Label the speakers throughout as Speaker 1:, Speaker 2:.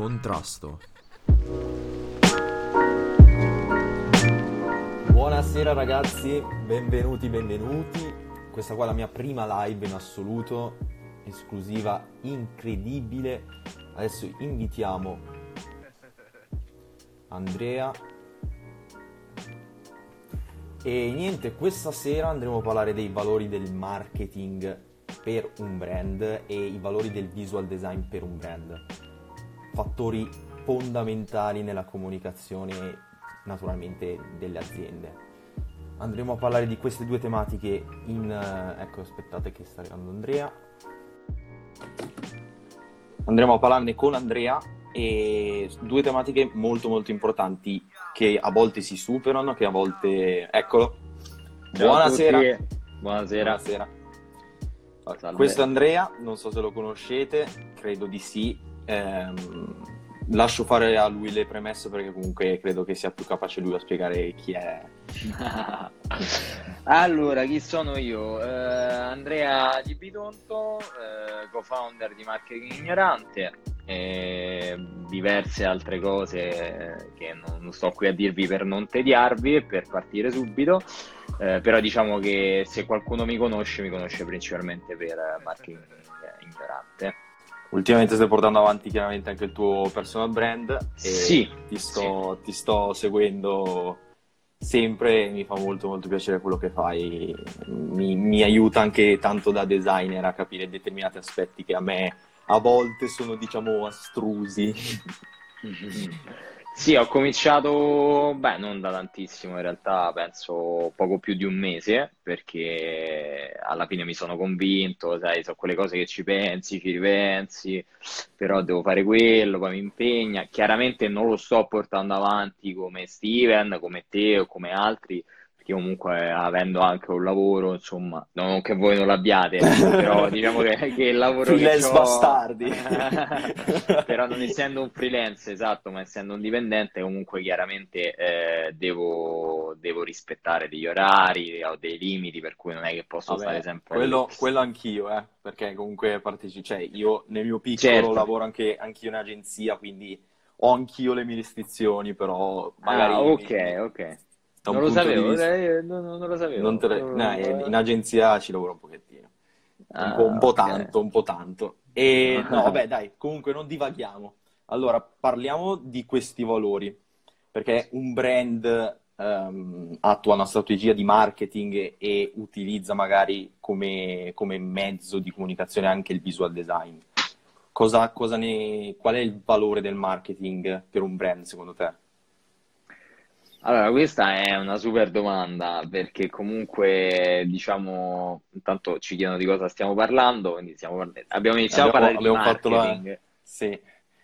Speaker 1: Contrasto.
Speaker 2: Buonasera ragazzi, benvenuti. Questa qua è la mia prima live in assoluto, esclusiva, incredibile. Adesso invitiamo Andrea. E niente, questa sera andremo a parlare dei valori del marketing per un brand e i valori del visual design per un brand. Fattori fondamentali nella comunicazione naturalmente delle aziende. Andremo a parlare di queste due tematiche ecco, aspettate che sta arrivando Andrea. Andremo a parlarne con Andrea e due tematiche molto molto importanti che a volte si superano, che a volte... Eccolo.
Speaker 3: Ciao
Speaker 2: Buonasera.
Speaker 3: a tutti. Buonasera.
Speaker 2: Salve. Questo è Andrea, non so se lo conoscete, credo di sì. Lascio fare a lui le premesse perché comunque credo che sia più capace lui a spiegare chi è.
Speaker 3: Allora, chi sono io? Andrea Di Bitonto, co-founder di Marketing Ignorante e diverse altre cose che non sto qui a dirvi per non tediarvi e per partire subito. Però diciamo che se qualcuno mi conosce principalmente per Marketing Ignorante.
Speaker 2: Ultimamente stai portando avanti chiaramente anche il tuo personal brand e
Speaker 3: sì,
Speaker 2: ti sto seguendo sempre e mi fa molto molto piacere quello che fai. Mi aiuta anche tanto da designer a capire determinati aspetti che a me a volte sono, diciamo, astrusi.
Speaker 3: Sì, ho cominciato, non da tantissimo, in realtà penso poco più di un mese, perché alla fine mi sono convinto, sai, sono quelle cose che ci pensi, ci ripensi, però devo fare quello, poi mi impegna. Chiaramente non lo sto portando avanti come Steven, come te o come altri, perché comunque avendo anche un lavoro, insomma, non che voi non l'abbiate, però diciamo che il lavoro che
Speaker 2: Freelance
Speaker 3: ho...
Speaker 2: bastardi.
Speaker 3: Però non essendo un freelance, esatto, ma essendo un dipendente, comunque chiaramente devo rispettare degli orari, ho dei limiti, per cui non è che posso stare sempre lì.
Speaker 2: Quello anch'io, perché comunque cioè, io nel mio piccolo
Speaker 3: Certo.
Speaker 2: lavoro anch'io in agenzia, quindi ho anch'io le mie restrizioni, però magari
Speaker 3: ok.
Speaker 2: da un
Speaker 3: Non lo
Speaker 2: punto di
Speaker 3: sapevo,
Speaker 2: vista
Speaker 3: non lo sapevo.
Speaker 2: in agenzia ci lavoro un pochettino. Un po'
Speaker 3: Ok.
Speaker 2: tanto. E no, vabbè, dai, comunque non divaghiamo. Allora, parliamo di questi valori, perché un brand attua una strategia di marketing e utilizza magari come mezzo di comunicazione anche il visual design. Qual è il valore del marketing per un brand, secondo te?
Speaker 3: Allora, questa è una super domanda perché comunque, diciamo, intanto ci chiedono di cosa stiamo parlando, quindi abbiamo iniziato a parlare di
Speaker 2: Abbiamo fatto
Speaker 3: marketing
Speaker 2: Sì.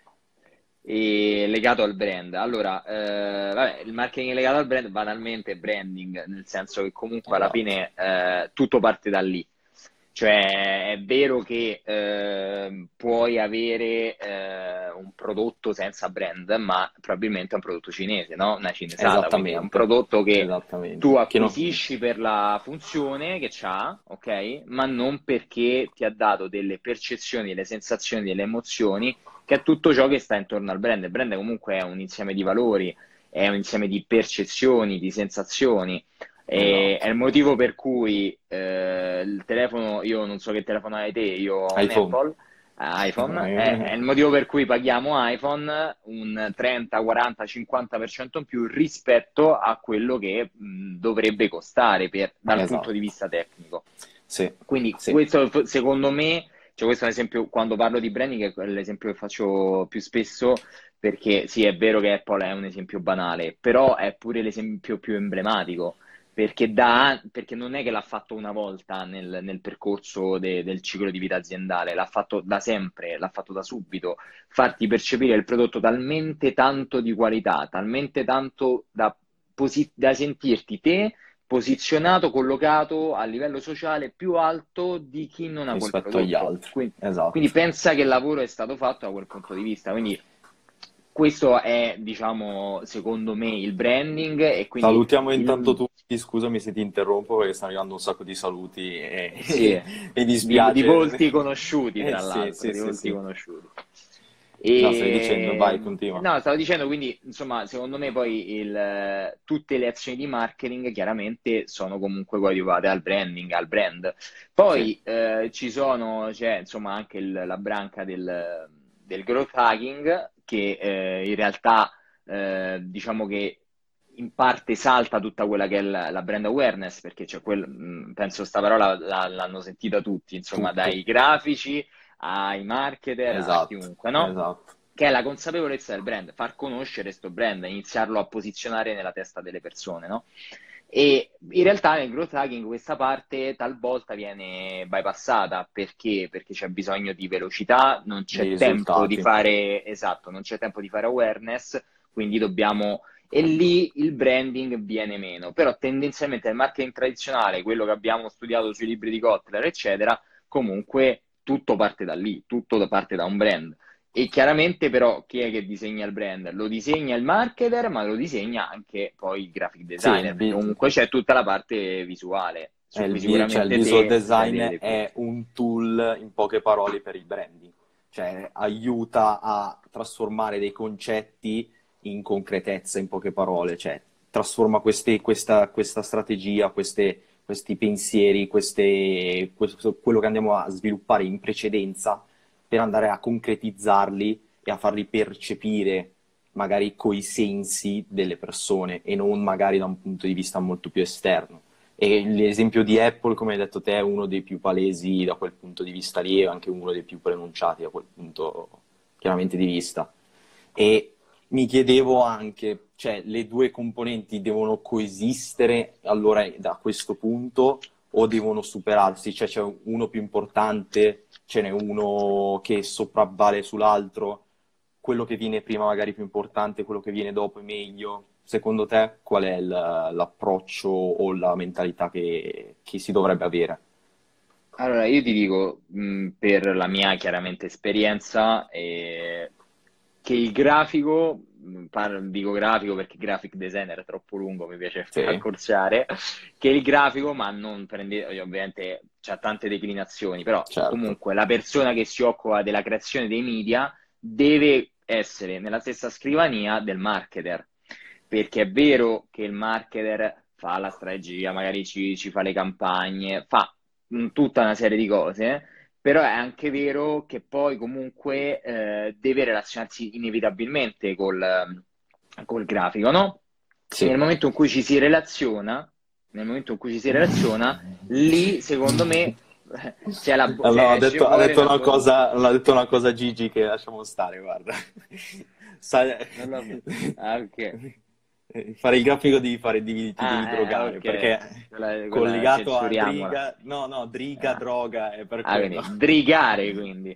Speaker 3: e legato al brand. Allora, vabbè, il marketing legato al brand, banalmente branding, nel senso che comunque alla
Speaker 2: Esatto.
Speaker 3: fine tutto parte da lì. Cioè, è vero che puoi avere un prodotto senza brand, ma probabilmente è un prodotto cinese, no? Una cinesata, quindi è un prodotto che tu
Speaker 2: Che non...
Speaker 3: acquisisci per la funzione che c'ha, ok? Ma non perché ti ha dato delle percezioni, delle sensazioni, delle emozioni, che è tutto ciò che sta intorno al brand. Il brand comunque è un insieme di valori, è un insieme di percezioni, di sensazioni. E è
Speaker 2: Esatto.
Speaker 3: il motivo per cui il telefono, io non so che telefono hai te, io ho un
Speaker 2: iPhone.
Speaker 3: Apple, iPhone, è il motivo per cui paghiamo iPhone un 30, 40, 50% in più rispetto a quello che dovrebbe costare dal punto di
Speaker 2: Esatto.
Speaker 3: vista tecnico.
Speaker 2: Sì.
Speaker 3: Quindi questo secondo me, cioè questo è un esempio, quando parlo di branding è l'esempio che faccio più spesso, perché sì, è vero che Apple è un esempio banale, però è pure l'esempio più emblematico perché non è che l'ha fatto una volta nel percorso del ciclo di vita aziendale, l'ha fatto da sempre, l'ha fatto da subito, farti percepire il prodotto talmente tanto di qualità, talmente tanto da sentirti te posizionato, collocato a livello sociale più alto di chi non ha quel
Speaker 2: Rispetto agli
Speaker 3: prodotto.
Speaker 2: altri.
Speaker 3: Quindi
Speaker 2: Esatto.
Speaker 3: pensa che il lavoro è stato fatto da quel punto di vista. Quindi questo è, diciamo, secondo me il branding e quindi
Speaker 2: Salutiamo intanto tutti, scusami se ti interrompo perché stanno arrivando un sacco di saluti
Speaker 3: sì,
Speaker 2: e
Speaker 3: di
Speaker 2: dispiace.
Speaker 3: volti conosciuti, tra
Speaker 2: Sì,
Speaker 3: l'altro,
Speaker 2: sì,
Speaker 3: di
Speaker 2: sì,
Speaker 3: volti
Speaker 2: sì.
Speaker 3: conosciuti.
Speaker 2: No, stai dicendo, vai, continua.
Speaker 3: No, stavo dicendo, quindi, insomma, secondo me poi tutte le azioni di marketing chiaramente sono comunque coadiuvate al branding, al brand.
Speaker 2: Sì,
Speaker 3: Poi c'è insomma anche la branca del growth hacking che in realtà diciamo che in parte salta tutta quella che è la brand awareness, perché penso sta parola l'hanno sentita tutti, insomma,
Speaker 2: tutti.
Speaker 3: dai grafici ai marketer, a
Speaker 2: Esatto,
Speaker 3: chiunque, no?
Speaker 2: esatto.
Speaker 3: Che è la consapevolezza del brand, far conoscere questo brand, iniziarlo a posizionare nella testa delle persone, no? E in realtà nel growth hacking questa parte talvolta viene bypassata perché? Perché c'è bisogno di velocità, non
Speaker 2: Dei
Speaker 3: c'è tempo di
Speaker 2: risultati.
Speaker 3: fare, esatto, non c'è tempo di fare awareness, quindi dobbiamo e lì il branding viene meno. Però tendenzialmente il marketing tradizionale, quello che abbiamo studiato sui libri di Kotler, eccetera, comunque tutto parte da lì, tutto parte da un brand. E chiaramente però chi è che disegna il brand? Lo disegna il marketer, ma lo disegna anche poi il graphic
Speaker 2: Sì,
Speaker 3: designer, perché comunque c'è tutta la parte visuale, su cui
Speaker 2: cioè il
Speaker 3: sicuramente
Speaker 2: visual
Speaker 3: te sai
Speaker 2: design
Speaker 3: dire più.
Speaker 2: è un tool, in poche parole, per il branding. Cioè aiuta a trasformare dei concetti in concretezza, in poche parole. Cioè trasforma questa strategia, questi pensieri, quello che andiamo a sviluppare in precedenza per andare a concretizzarli e a farli percepire magari coi sensi delle persone e non magari da un punto di vista molto più esterno. E l'esempio di Apple, come hai detto te, è uno dei più palesi da quel punto di vista lì e anche uno dei più pronunciati da quel punto chiaramente di vista. E mi chiedevo anche, cioè, le due componenti devono coesistere allora da questo punto o devono superarsi? Cioè c'è uno più importante, ce n'è uno che sopravvale sull'altro, quello che viene prima magari è più importante, quello che viene dopo è meglio. Secondo te qual è l'approccio o la mentalità che si dovrebbe avere?
Speaker 3: Allora, io ti dico, per la mia chiaramente esperienza, che il grafico, dico grafico perché graphic designer è troppo lungo, mi piace
Speaker 2: Sì,
Speaker 3: accorciare, che il grafico, ma non prende, ovviamente c'ha tante declinazioni, però
Speaker 2: certo.
Speaker 3: comunque la persona che si occupa della creazione dei media deve essere nella stessa scrivania del marketer, perché è vero che il marketer fa la strategia, magari ci fa le campagne, fa tutta una serie di cose, però è anche vero che poi comunque deve relazionarsi inevitabilmente col grafico, no? E
Speaker 2: Sì.
Speaker 3: nel momento in cui ci si relaziona, lì secondo me
Speaker 2: Allora,
Speaker 3: esce
Speaker 2: ha
Speaker 3: fuori
Speaker 2: detto
Speaker 3: una bomba.
Speaker 2: ha detto una cosa Gigi che lasciamo stare, guarda. Sai-
Speaker 3: Non l'ho... Ah, ok.
Speaker 2: Fare il grafico ti devi
Speaker 3: Ah,
Speaker 2: drogare,
Speaker 3: ok.
Speaker 2: perché
Speaker 3: Quella
Speaker 2: collegato a
Speaker 3: censuriamola.
Speaker 2: driga, no, no, driga,
Speaker 3: Ah,
Speaker 2: droga, è per
Speaker 3: ah,
Speaker 2: quello.
Speaker 3: quindi drigare, quindi.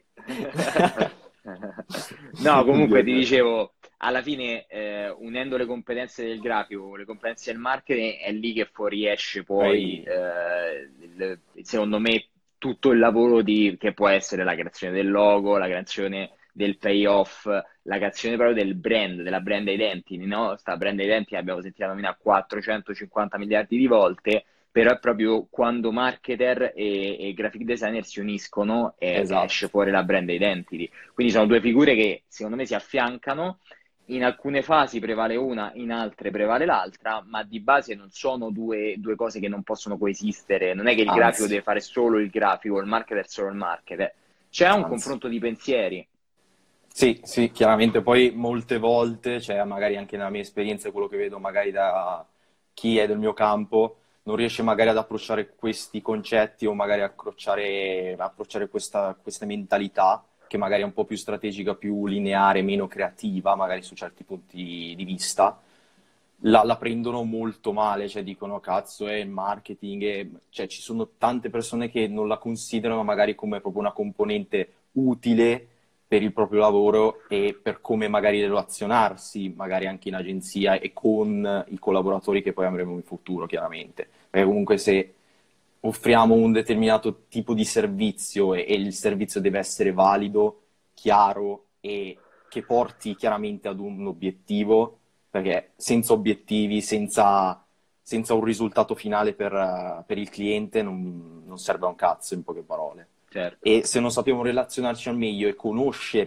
Speaker 3: No,
Speaker 2: Oddio
Speaker 3: comunque ti
Speaker 2: mio.
Speaker 3: dicevo, alla fine, unendo le competenze del grafico con le competenze del marketing, è lì che fuoriesce poi,
Speaker 2: Poi,
Speaker 3: secondo me, tutto il lavoro che può essere la creazione del logo, la creazione del payoff, la creazione proprio del brand, della brand identity, no? Sta brand identity l'abbiamo sentita nominare 450 miliardi di volte, però è proprio quando marketer e graphic designer si uniscono e esce
Speaker 2: esatto,
Speaker 3: fuori la brand identity. Quindi sono due figure che secondo me si affiancano. In alcune fasi prevale una, in altre prevale l'altra, ma di base non sono due cose che non possono coesistere. Non è che il grafico
Speaker 2: anzi,
Speaker 3: deve fare solo il grafico, il marketer solo il marketer. C'è un
Speaker 2: anzi.
Speaker 3: confronto di pensieri.
Speaker 2: Sì, sì, chiaramente poi molte volte, cioè magari anche nella mia esperienza, quello che vedo magari da chi è del mio campo, non riesce magari ad approcciare questi concetti o magari approcciare questa mentalità che magari è un po' più strategica, più lineare, meno creativa, magari su certi punti di vista, la prendono molto male, cioè dicono cazzo è il marketing, cioè ci sono tante persone che non la considerano magari come proprio una componente utile per il proprio lavoro e per come magari relazionarsi, magari anche in agenzia e con i collaboratori che poi avremo in futuro, chiaramente. Perché comunque se offriamo un determinato tipo di servizio e il servizio deve essere valido, chiaro e che porti chiaramente ad un obiettivo, perché senza obiettivi, senza un risultato finale per il cliente non serve a un cazzo, in poche parole.
Speaker 3: Certo.
Speaker 2: E se non sappiamo relazionarci al meglio e conoscere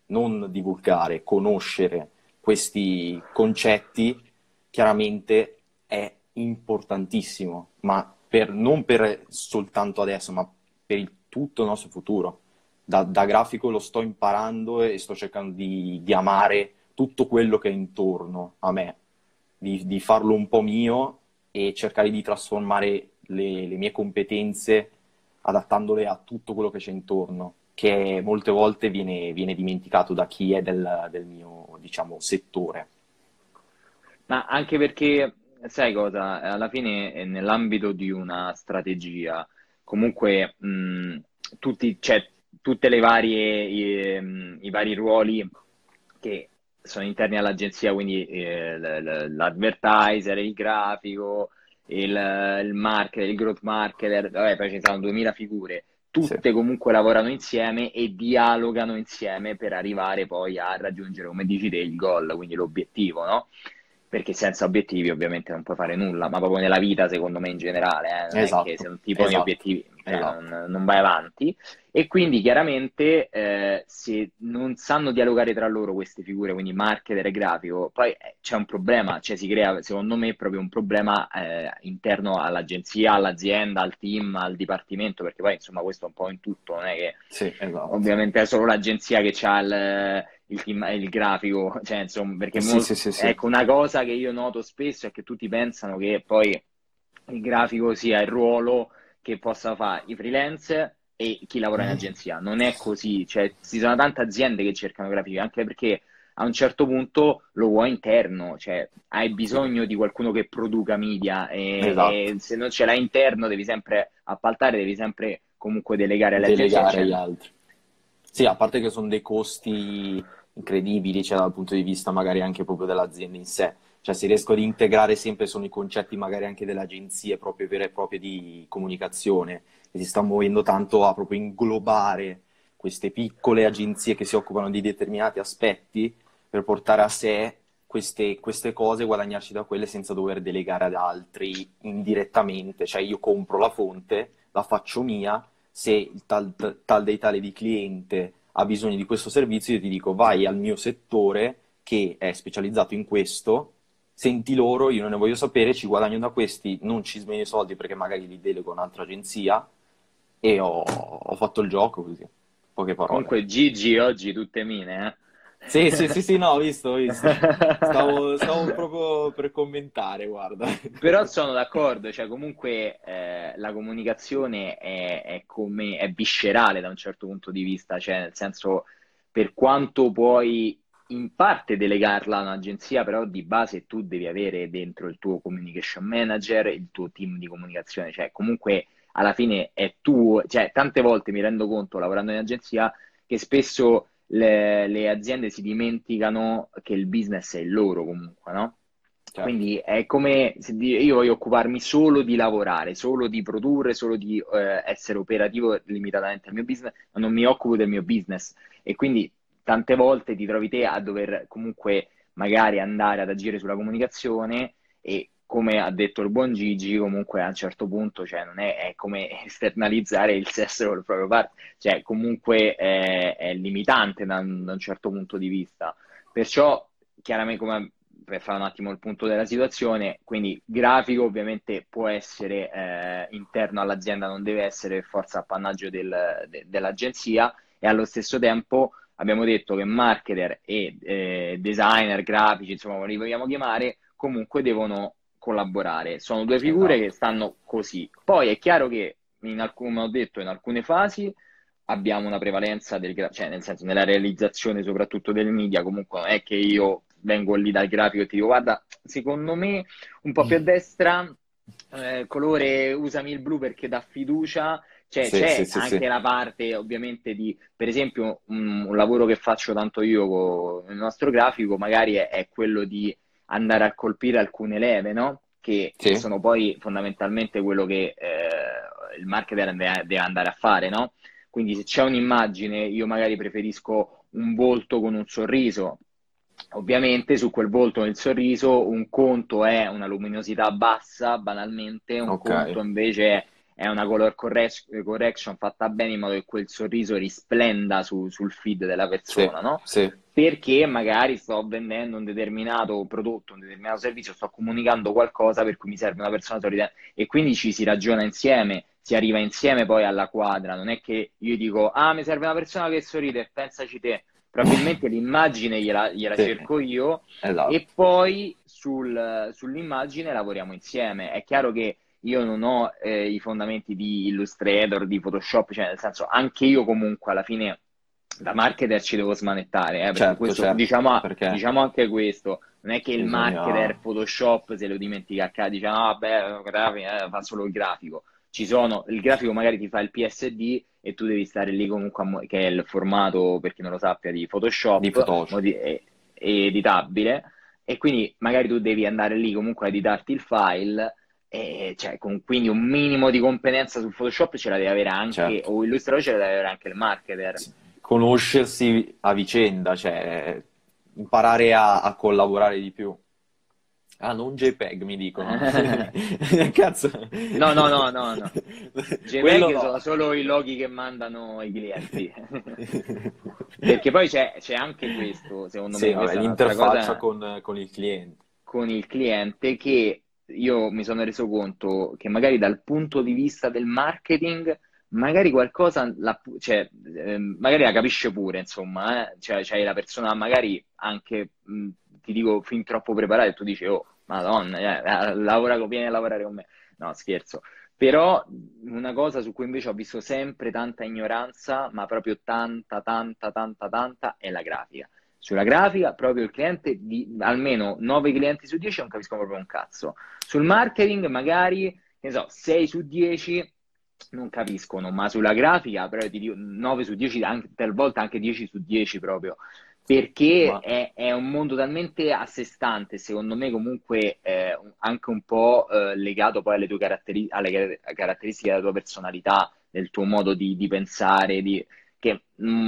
Speaker 2: non divulgare, conoscere questi concetti chiaramente è importantissimo, ma non per soltanto adesso, ma per tutto il nostro futuro. Da grafico lo sto imparando e sto cercando di amare tutto quello che è intorno a me, di farlo un po' mio e cercare di trasformare le mie competenze adattandole a tutto quello che c'è intorno, che molte volte viene dimenticato da chi è del mio, diciamo, settore.
Speaker 3: Ma anche perché, sai cosa, alla fine nell'ambito di una strategia, comunque cioè, tutte le varie, i vari ruoli che sono interni all'agenzia, quindi l'advertiser, il grafico, il marketer, il growth marketer, vabbè, poi ci sono 2000 figure,
Speaker 2: Sì,
Speaker 3: tutte comunque lavorano insieme e dialogano insieme per arrivare poi a raggiungere, come dici te, il goal, quindi l'obiettivo, no? Perché senza obiettivi ovviamente non puoi fare nulla, ma proprio nella vita, secondo me in generale, non è che se
Speaker 2: esatto,
Speaker 3: non ti poni
Speaker 2: esatto,
Speaker 3: obiettivi, cioè
Speaker 2: esatto.
Speaker 3: non vai avanti. E quindi chiaramente se non sanno dialogare tra loro queste figure, quindi marketer e grafico, poi c'è un problema, cioè si crea secondo me proprio un problema interno all'agenzia, all'azienda, al team, al dipartimento, perché poi insomma questo è un po' in tutto, non è che
Speaker 2: Sì, esatto.
Speaker 3: ovviamente è solo l'agenzia che ha il team, il grafico, cioè insomma, perché
Speaker 2: Sì, sì, sì, sì.
Speaker 3: ecco una cosa che io noto spesso è che tutti pensano che poi il grafico sia il ruolo che possa fare i freelance e chi lavora in agenzia. Non è così, cioè ci sono tante aziende che cercano grafici, anche perché a un certo punto lo vuoi interno, cioè hai
Speaker 2: Sì,
Speaker 3: bisogno di qualcuno che produca media
Speaker 2: esatto.
Speaker 3: e se non ce l'hai interno devi sempre appaltare, devi sempre comunque delegare alle agenzie.
Speaker 2: Delegare
Speaker 3: Cioè,
Speaker 2: agli altri. Sì, a parte che sono dei costi incredibili, cioè dal punto di vista magari anche proprio dell'azienda in sé. Cioè si riescono ad integrare sempre sono i concetti magari anche delle agenzie proprio vere e proprie di comunicazione, e si sta muovendo tanto a proprio inglobare queste piccole agenzie che si occupano di determinati aspetti per portare a sé queste cose e guadagnarci da quelle senza dover delegare ad altri indirettamente. Cioè io compro la fonte, la faccio mia, se il tal dei tale di cliente ha bisogno di questo servizio, io ti dico vai al mio settore che è specializzato in questo, senti loro, io non ne voglio sapere, ci guadagno da questi, non ci smeno i soldi perché magari li delego a un'altra agenzia e ho fatto il gioco così, poche parole.
Speaker 3: comunque Gigi oggi tutte mine,
Speaker 2: Sì, sì, sì, sì, no, ho visto.
Speaker 3: eh.
Speaker 2: Stavo proprio per commentare, guarda.
Speaker 3: Però sono d'accordo, cioè comunque la comunicazione è viscerale da un certo punto di vista, cioè nel senso per quanto puoi in parte delegarla a un'agenzia, però di base tu devi avere dentro il tuo communication manager, il tuo team di comunicazione, cioè comunque alla fine è tuo, cioè tante volte mi rendo conto lavorando in agenzia che spesso le aziende si dimenticano che il business è il loro comunque, no?
Speaker 2: Certo,
Speaker 3: Quindi è come se io voglio occuparmi solo di lavorare, solo di produrre, solo di essere operativo limitatamente al mio business, ma non mi occupo del mio business. E quindi tante volte ti trovi te a dover comunque magari andare ad agire sulla comunicazione e come ha detto il buon Gigi, comunque a un certo punto, cioè non è come esternalizzare il sesso col proprio partner, cioè comunque è limitante da un certo punto di vista. Perciò, chiaramente, come per fare un attimo il punto della situazione, quindi grafico ovviamente può essere interno all'azienda, non deve essere per forza appannaggio dell'agenzia e allo stesso tempo abbiamo detto che marketer e designer, grafici, insomma, come li vogliamo chiamare, comunque devono collaborare. Sono due figure che
Speaker 2: esatto.
Speaker 3: stanno così. Poi è chiaro che, come ho detto, in alcune fasi abbiamo una prevalenza cioè nel senso nella realizzazione soprattutto del media, comunque non è che io vengo lì dal grafico e ti dico guarda, secondo me un po' più a destra, colore usami il blu perché dà fiducia, cioè
Speaker 2: Sì, sì,
Speaker 3: c'è
Speaker 2: sì, sì.
Speaker 3: anche la parte ovviamente di, per esempio, un lavoro che faccio tanto io con il nostro grafico, magari è quello di andare a colpire alcune leve, no? Che
Speaker 2: Sì,
Speaker 3: sono poi fondamentalmente quello che il marketer deve andare a fare, no? Quindi se c'è un'immagine, io magari preferisco un volto con un sorriso. Ovviamente su quel volto nel sorriso un conto è una luminosità bassa, banalmente, un
Speaker 2: ok.
Speaker 3: conto invece è una correction fatta bene in modo che quel sorriso risplenda sul feed della
Speaker 2: Sì,
Speaker 3: persona, no?
Speaker 2: sì,
Speaker 3: Perché magari sto vendendo un determinato prodotto, un determinato servizio, sto comunicando qualcosa per cui mi serve una persona sorridente e quindi ci si ragiona insieme, si arriva insieme poi alla quadra. Non è che io dico, ah, mi serve una persona che sorride, pensaci te. Probabilmente l'immagine gliela
Speaker 2: sì,
Speaker 3: cerco io
Speaker 2: esatto.
Speaker 3: e poi sull'immagine lavoriamo insieme. È chiaro che io non ho i fondamenti di Illustrator, di Photoshop, cioè nel senso anche io comunque alla fine da marketer ci devo smanettare, perché
Speaker 2: Certo,
Speaker 3: questo,
Speaker 2: certo, perché
Speaker 3: diciamo anche questo, non è che il
Speaker 2: bisogna...
Speaker 3: marketer Photoshop se lo dimentica a casa, dice no, vabbè, fa solo il grafico. Il grafico magari ti fa il PSD e tu devi stare lì comunque, che è il formato, per chi non lo sappia, di
Speaker 2: di
Speaker 3: Photoshop,
Speaker 2: Photoshop.
Speaker 3: editabile, e quindi magari tu devi andare lì comunque a editarti il file, e, cioè, quindi un minimo di competenza su Photoshop ce la deve avere anche,
Speaker 2: Certo.
Speaker 3: o Illustrator ce la deve avere anche il marketer.
Speaker 2: Conoscersi a vicenda, cioè imparare a collaborare di più. Ah, non JPEG mi dicono. Cazzo.
Speaker 3: No, no, no, no, no.
Speaker 2: Quello
Speaker 3: JPEG
Speaker 2: no.
Speaker 3: sono solo i loghi che mandano i clienti. Perché poi c'è anche questo, secondo
Speaker 2: Sì,
Speaker 3: me,
Speaker 2: vabbè,
Speaker 3: questa è un'altra
Speaker 2: l'interfaccia
Speaker 3: cosa
Speaker 2: con il cliente.
Speaker 3: con il cliente che io mi sono reso conto che magari dal punto di vista del marketing, magari qualcosa, cioè, magari la capisce pure, insomma, cioè, c'hai la persona magari anche, ti dico, fin troppo preparata e tu dici, oh, Madonna, vieni a lavorare con me. No, scherzo. Però una cosa su cui invece ho visto sempre tanta ignoranza, ma proprio tanta, tanta, tanta, tanta, è la grafica. Sulla grafica, proprio il cliente, di almeno 9 clienti su 10 non capiscono proprio un cazzo. Sul marketing, magari, che ne so, 6 su 10 non capiscono, ma sulla grafica, però ti dico 9 su 10, anche, talvolta anche 10 su 10 proprio, perché
Speaker 2: Ma
Speaker 3: è un mondo talmente a sé stante, secondo me comunque anche un po' legato poi alle tue alle caratteristiche della tua personalità, del tuo modo di pensare, che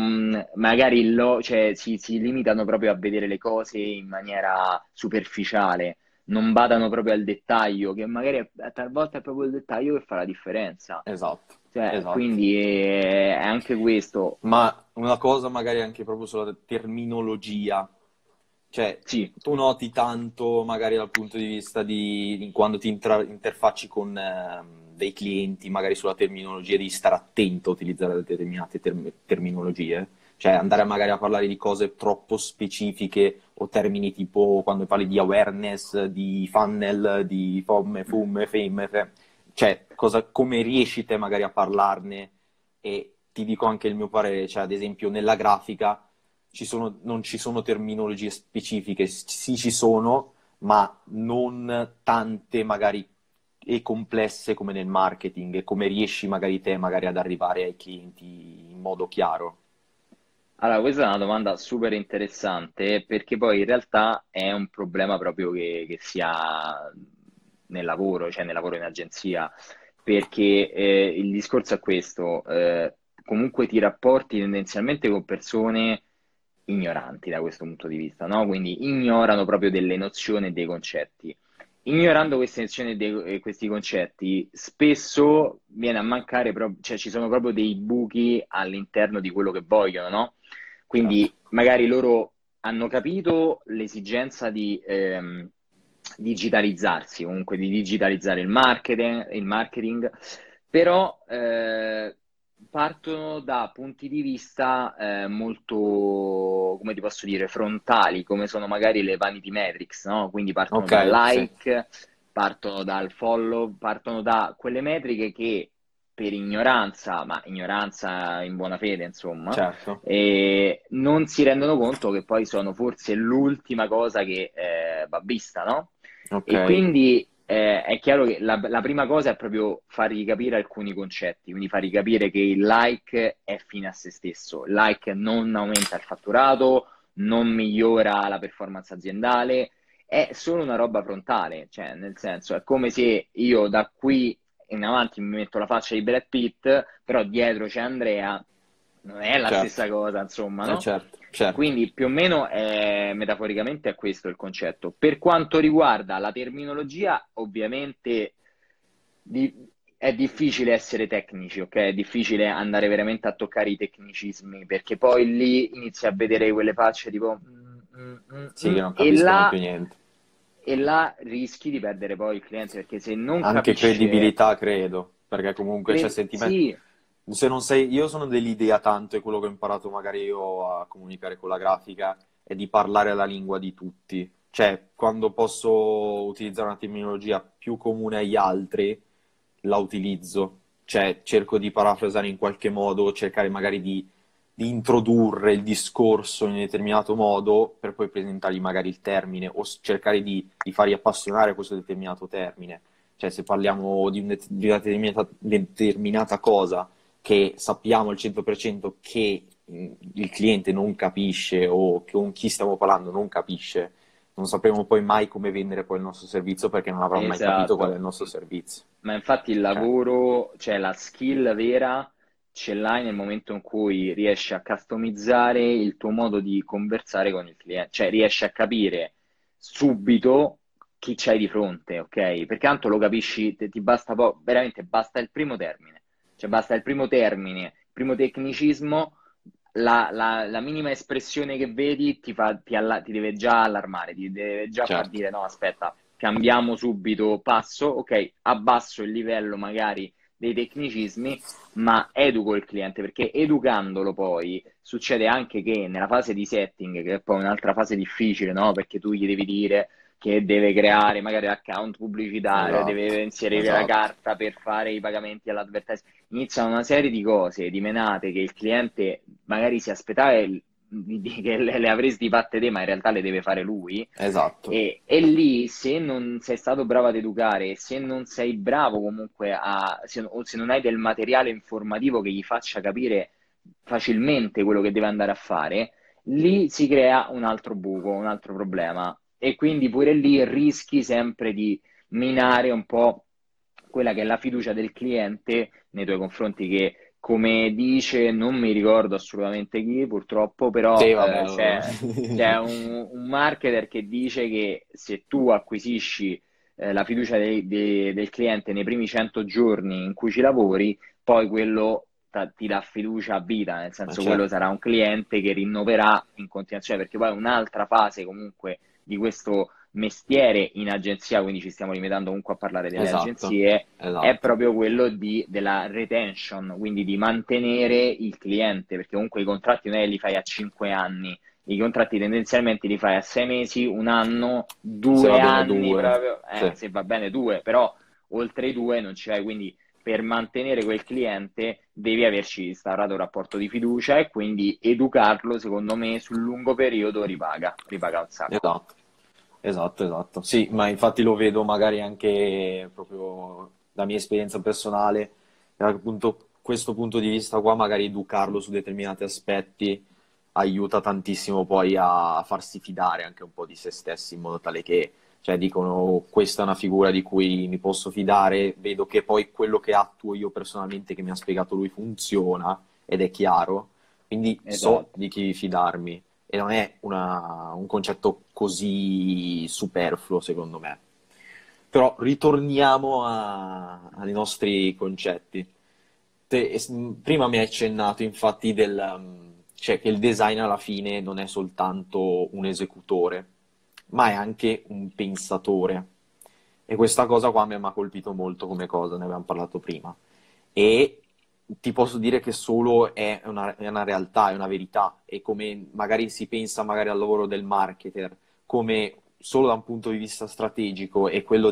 Speaker 3: magari cioè, si limitano proprio a vedere le cose in maniera superficiale, non badano proprio al dettaglio, che magari talvolta è proprio il dettaglio che fa la differenza.
Speaker 2: esatto,
Speaker 3: Cioè,
Speaker 2: esatto.
Speaker 3: quindi è anche questo.
Speaker 2: Ma una cosa magari anche proprio sulla terminologia, cioè
Speaker 3: Sì,
Speaker 2: tu noti tanto magari dal punto di vista di quando ti interfacci con dei clienti, magari sulla terminologia, di stare attento a utilizzare determinate terminologie, cioè andare magari a parlare di cose troppo specifiche o termini tipo quando parli di awareness, di funnel, di FOM, FUM, FEM, cioè come riesci te magari a parlarne e ti dico anche il mio parere, cioè ad esempio nella grafica non ci sono terminologie specifiche, sì ci sono, ma non tante magari e complesse come nel marketing, e come riesci magari te magari ad arrivare ai clienti in modo chiaro.
Speaker 3: allora questa è una domanda super interessante perché poi in realtà è un problema proprio che si ha nel lavoro, cioè nel lavoro in agenzia, perché il discorso è questo, comunque ti rapporti tendenzialmente con persone ignoranti da questo punto di vista, no? Quindi ignorano proprio delle nozioni e dei concetti. Ignorando queste nozioni e questi concetti, spesso viene a mancare, cioè ci sono proprio dei buchi all'interno di quello che vogliono, no?
Speaker 2: Certo.
Speaker 3: Quindi magari loro hanno capito l'esigenza di digitalizzarsi, comunque di digitalizzare il marketing, però partono da punti di vista molto, come ti posso dire, frontali, come sono magari le vanity metrics, no? Quindi partono
Speaker 2: Ok,
Speaker 3: dal
Speaker 2: sì,
Speaker 3: like, partono dal follow, partono da quelle metriche che per ignoranza, ma ignoranza in buona fede, insomma,
Speaker 2: certo.
Speaker 3: non si rendono conto che poi sono forse l'ultima cosa che va vista, no?
Speaker 2: Ok,
Speaker 3: E quindi è chiaro che la prima cosa è proprio fargli capire alcuni concetti, quindi fargli capire che il like è fine a se stesso, il like non aumenta il fatturato, non migliora la performance aziendale, è solo una roba frontale, cioè nel senso è come se io da qui in avanti mi metto la faccia di Brad Pitt, però dietro c'è Andrea, non è la
Speaker 2: certo.
Speaker 3: stessa cosa, insomma, no?
Speaker 2: Certo, certo.
Speaker 3: Quindi più o meno metaforicamente è questo il concetto. Per quanto riguarda la terminologia, ovviamente di- è difficile essere tecnici, ok? È difficile andare veramente a toccare i tecnicismi, perché poi lì inizi a vedere quelle facce tipo
Speaker 2: Sì, che non
Speaker 3: e
Speaker 2: capiscono più
Speaker 3: là,
Speaker 2: niente.
Speaker 3: e là rischi di perdere poi il cliente, perché se non
Speaker 2: Anche
Speaker 3: capisce,
Speaker 2: credibilità, credo, perché comunque c'è sentimento.
Speaker 3: sì,
Speaker 2: Se non sei, io sono dell'idea tanto, e quello che ho imparato magari io a comunicare con la grafica, è di parlare la lingua di tutti. Cioè, quando posso utilizzare una terminologia più comune agli altri, la utilizzo. Cioè, cerco di parafrasare in qualche modo, cercare magari di introdurre il discorso in un determinato modo per poi presentargli magari il termine o cercare di fargli appassionare questo determinato termine. Cioè, se parliamo di una determinata cosa che sappiamo al 100% che il cliente non capisce o che con chi stiamo parlando non capisce, non sapremo poi mai come vendere poi il nostro servizio perché non avrà mai capito qual è
Speaker 3: esatto.
Speaker 2: il nostro servizio.
Speaker 3: Ma infatti il
Speaker 2: Cioè,
Speaker 3: lavoro, cioè la skill vera, ce l'hai nel momento in cui riesci a customizzare il tuo modo di conversare con il cliente, cioè riesci a capire subito chi c'hai di fronte, ok? Perché tanto lo capisci, ti basta veramente basta il primo termine, cioè basta il primo termine, il primo tecnicismo, la minima espressione che vedi ti deve già allarmare, ti deve già far
Speaker 2: certo,
Speaker 3: dire no, aspetta, cambiamo subito passo, ok, abbasso il livello magari dei tecnicismi, ma educo il cliente, perché educandolo poi succede anche che nella fase di setting, che è poi un'altra fase difficile, no? Perché tu gli devi dire che deve creare magari l'account pubblicitario,
Speaker 2: esatto,
Speaker 3: deve inserire la
Speaker 2: esatto.
Speaker 3: carta per fare i pagamenti all'advertising. Iniziano una serie di cose, di menate che il cliente magari si aspettava che le avresti fatte te, ma in realtà le deve fare lui.
Speaker 2: Esatto,
Speaker 3: E lì, se non sei stato bravo ad educare, se non sei bravo comunque o se non hai del materiale informativo che gli faccia capire facilmente quello che deve andare a fare, lì si crea un altro buco, un altro problema. E quindi pure lì rischi sempre di minare un po' quella che è la fiducia del cliente nei tuoi confronti, che come dice, non mi ricordo assolutamente chi, purtroppo, però
Speaker 2: sì, vabbè,
Speaker 3: c'è un marketer che dice che se tu acquisisci la fiducia del cliente nei primi 100 giorni in cui ci lavori, poi quello ti dà fiducia a vita, nel
Speaker 2: ma
Speaker 3: senso quello
Speaker 2: certo,
Speaker 3: sarà un cliente che rinnoverà in continuazione, perché poi un'altra fase comunque di questo mestiere in agenzia, quindi ci stiamo limitando comunque a parlare delle
Speaker 2: esatto,
Speaker 3: agenzie, è
Speaker 2: esatto,
Speaker 3: proprio quello della retention, quindi di mantenere il cliente, perché comunque i contratti non è che li fai a 5 anni, i contratti tendenzialmente li fai a 6 mesi, un anno,
Speaker 2: se va
Speaker 3: due
Speaker 2: bene
Speaker 3: anni,
Speaker 2: due,
Speaker 3: proprio,
Speaker 2: sì,
Speaker 3: se va bene due, però oltre i due non ci vai, quindi per mantenere quel cliente devi averci instaurato un rapporto di fiducia e quindi educarlo, secondo me, sul lungo periodo ripaga un sacco.
Speaker 2: esatto. Esatto, esatto. Sì, ma infatti lo vedo magari anche proprio da mia esperienza personale, da appunto questo punto di vista qua, magari educarlo su determinati aspetti aiuta tantissimo poi a farsi fidare anche un po' di se stessi, in modo tale che, cioè, dicono, questa è una figura di cui mi posso fidare, vedo che poi quello che attuo io personalmente, che mi ha spiegato lui, funziona ed è chiaro, quindi so
Speaker 3: Esatto.
Speaker 2: di chi fidarmi e non è un concetto così superfluo, secondo me. Però ritorniamo ai nostri concetti. Prima mi hai accennato infatti cioè che il design alla fine non è soltanto un esecutore, ma è anche un pensatore. E questa cosa qua mi ha colpito molto come cosa, ne abbiamo parlato prima. E ti posso dire che solo è una realtà, è una verità, e come magari si pensa magari al lavoro del marketer, come solo da un punto di vista strategico e quello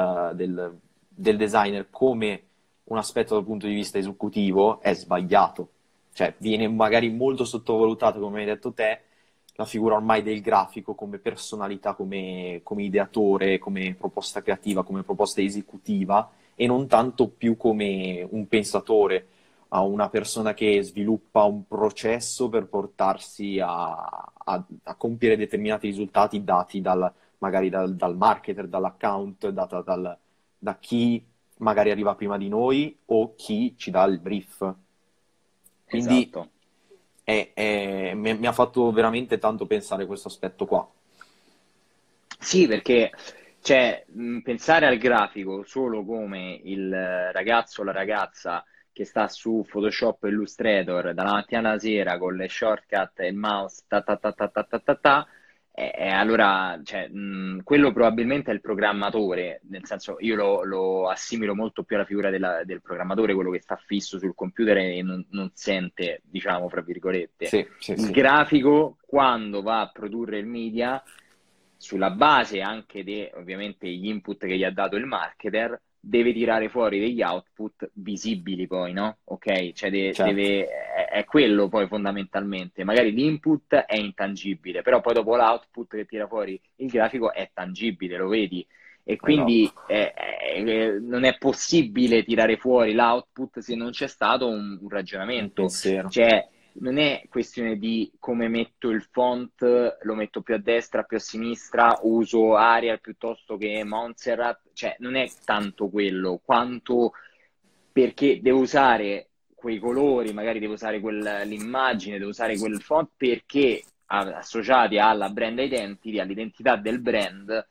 Speaker 2: del designer come un aspetto dal punto di vista esecutivo, è sbagliato. Cioè, viene magari molto sottovalutato, come hai detto te, la figura ormai del grafico come personalità, come ideatore, come proposta creativa, come proposta esecutiva, e non tanto più come un pensatore, a una persona che sviluppa un processo per portarsi a compiere determinati risultati dati magari dal marketer, dall'account, da chi magari arriva prima di noi o chi ci dà il brief. Quindi
Speaker 3: Esatto.
Speaker 2: mi ha fatto veramente tanto pensare questo aspetto qua.
Speaker 3: Sì, perché Cioè, pensare al grafico solo come il ragazzo o la ragazza che sta su Photoshop e Illustrator dalla mattina alla sera con le shortcut e il mouse, ta ta ta ta ta ta ta ta, e allora, cioè, quello probabilmente è il programmatore, nel senso io lo assimilo molto più alla figura del programmatore, quello che sta fisso sul computer e non sente, diciamo, fra virgolette.
Speaker 2: Sì, sì,
Speaker 3: Il
Speaker 2: sì.
Speaker 3: grafico, quando va a produrre il media, sulla base anche di ovviamente gli input che gli ha dato il marketer, deve tirare fuori degli output visibili poi, no? Ok? Cioè
Speaker 2: Certo.
Speaker 3: è quello poi fondamentalmente. Magari l'input è intangibile, però poi dopo l'output che tira fuori il grafico è tangibile, lo vedi? E
Speaker 2: Esatto.
Speaker 3: quindi non è possibile tirare fuori l'output se non c'è stato un
Speaker 2: Un
Speaker 3: ragionamento.
Speaker 2: pensiero.
Speaker 3: Cioè, non è questione di come metto il font, lo metto più a destra, più a sinistra, uso Arial piuttosto che Montserrat, cioè non è tanto quello, quanto perché devo usare quei colori, magari devo usare l'immagine, devo usare quel font perché associati alla brand identity, all'identità del brand,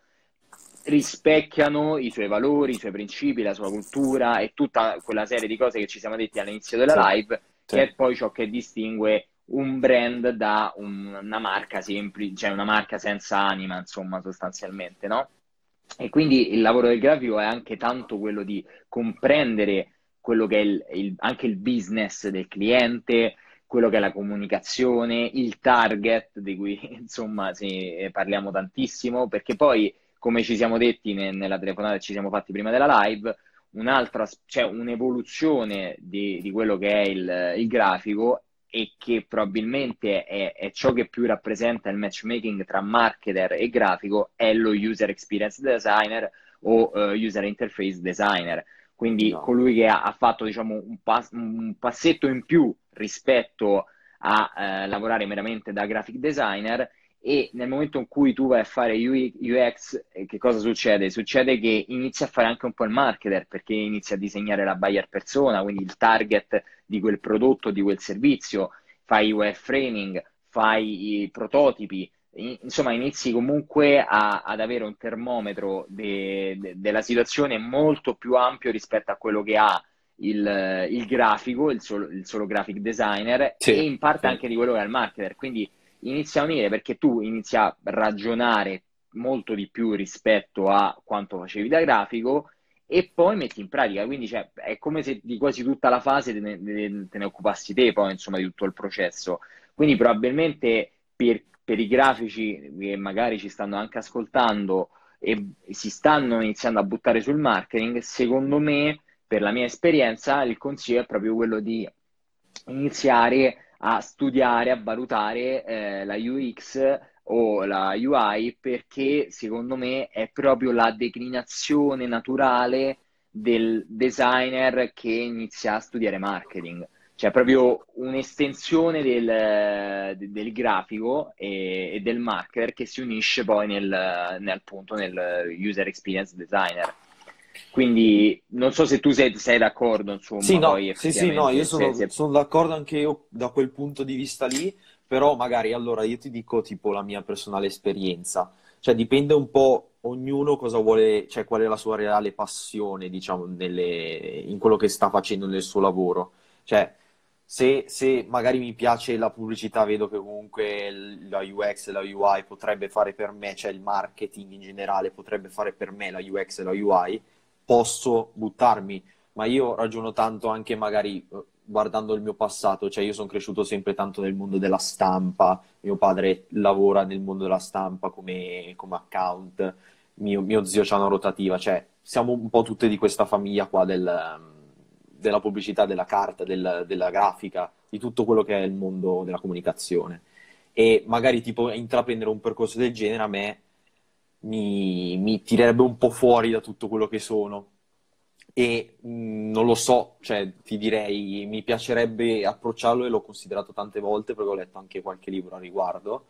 Speaker 3: rispecchiano i suoi valori, i suoi principi, la sua cultura e tutta quella serie di cose che ci siamo detti all'inizio
Speaker 2: Sì,
Speaker 3: della live, che
Speaker 2: sì.
Speaker 3: è poi ciò che distingue un brand da una marca semplice, cioè una marca senza anima, insomma, sostanzialmente, no? E quindi il lavoro del grafico è anche tanto quello di comprendere quello che è anche il business del cliente, quello che è la comunicazione, il target, di cui insomma parliamo tantissimo, perché poi, come ci siamo detti nella telefonata che ci siamo fatti prima della live, cioè un'evoluzione di quello che è il grafico e che probabilmente è ciò che più rappresenta il matchmaking tra marketer e grafico, è lo user experience designer o user interface designer. Quindi
Speaker 2: Esatto.
Speaker 3: colui che ha fatto diciamo, un passetto in più rispetto a lavorare meramente da graphic designer, e nel momento in cui tu vai a fare UX, che cosa succede? Succede che inizi a fare anche un po' il marketer, perché inizi a disegnare la buyer persona, quindi il target di quel prodotto, di quel servizio, fai wireframing, fai i prototipi, insomma inizi comunque ad avere un termometro della situazione molto più ampio rispetto a quello che ha il grafico, il solo graphic designer,
Speaker 2: Sì,
Speaker 3: e in parte
Speaker 2: sì.
Speaker 3: anche di quello che è il marketer. Quindi inizia a unire perché tu inizi a ragionare molto di più rispetto a quanto facevi da grafico e poi metti in pratica. Quindi cioè, è come se di quasi tutta la fase te ne occupassi te, poi insomma di tutto il processo. Quindi probabilmente per i grafici che magari ci stanno anche ascoltando e si stanno iniziando a buttare sul marketing, secondo me, per la mia esperienza, il consiglio è proprio quello di iniziare a studiare, a valutare la UX o la UI, perché secondo me è proprio la declinazione naturale del designer che inizia a studiare marketing. Cioè, proprio un'estensione del grafico e del marketer che si unisce poi appunto, nel user experience designer. Quindi non so se tu sei d'accordo,
Speaker 2: Sì,
Speaker 3: insomma,
Speaker 2: no,
Speaker 3: poi
Speaker 2: sì, sì, no, io
Speaker 3: effettivamente
Speaker 2: sono d'accordo anche io da quel punto di vista lì, però magari allora io ti dico tipo la mia personale esperienza, cioè dipende un po' ognuno cosa vuole, cioè qual è la sua reale passione, diciamo, in quello che sta facendo nel suo lavoro. Cioè, se magari mi piace la pubblicità, vedo che comunque la UX e la UI potrebbe fare per me, cioè il marketing in generale potrebbe fare per me la UX e la UI, posso buttarmi, ma io ragiono tanto anche magari guardando il mio passato, cioè io sono cresciuto sempre tanto nel mondo della stampa, mio padre lavora nel mondo della stampa come account, mio zio c'ha una rotativa, cioè siamo un po' tutte di questa famiglia qua della pubblicità, della carta, della grafica, di tutto quello che è il mondo della comunicazione. E magari tipo intraprendere un percorso del genere a me mi tirerebbe un po' fuori da tutto quello che sono. E non lo so, cioè ti direi, mi piacerebbe approcciarlo e l'ho considerato tante volte perché ho letto anche qualche libro a riguardo.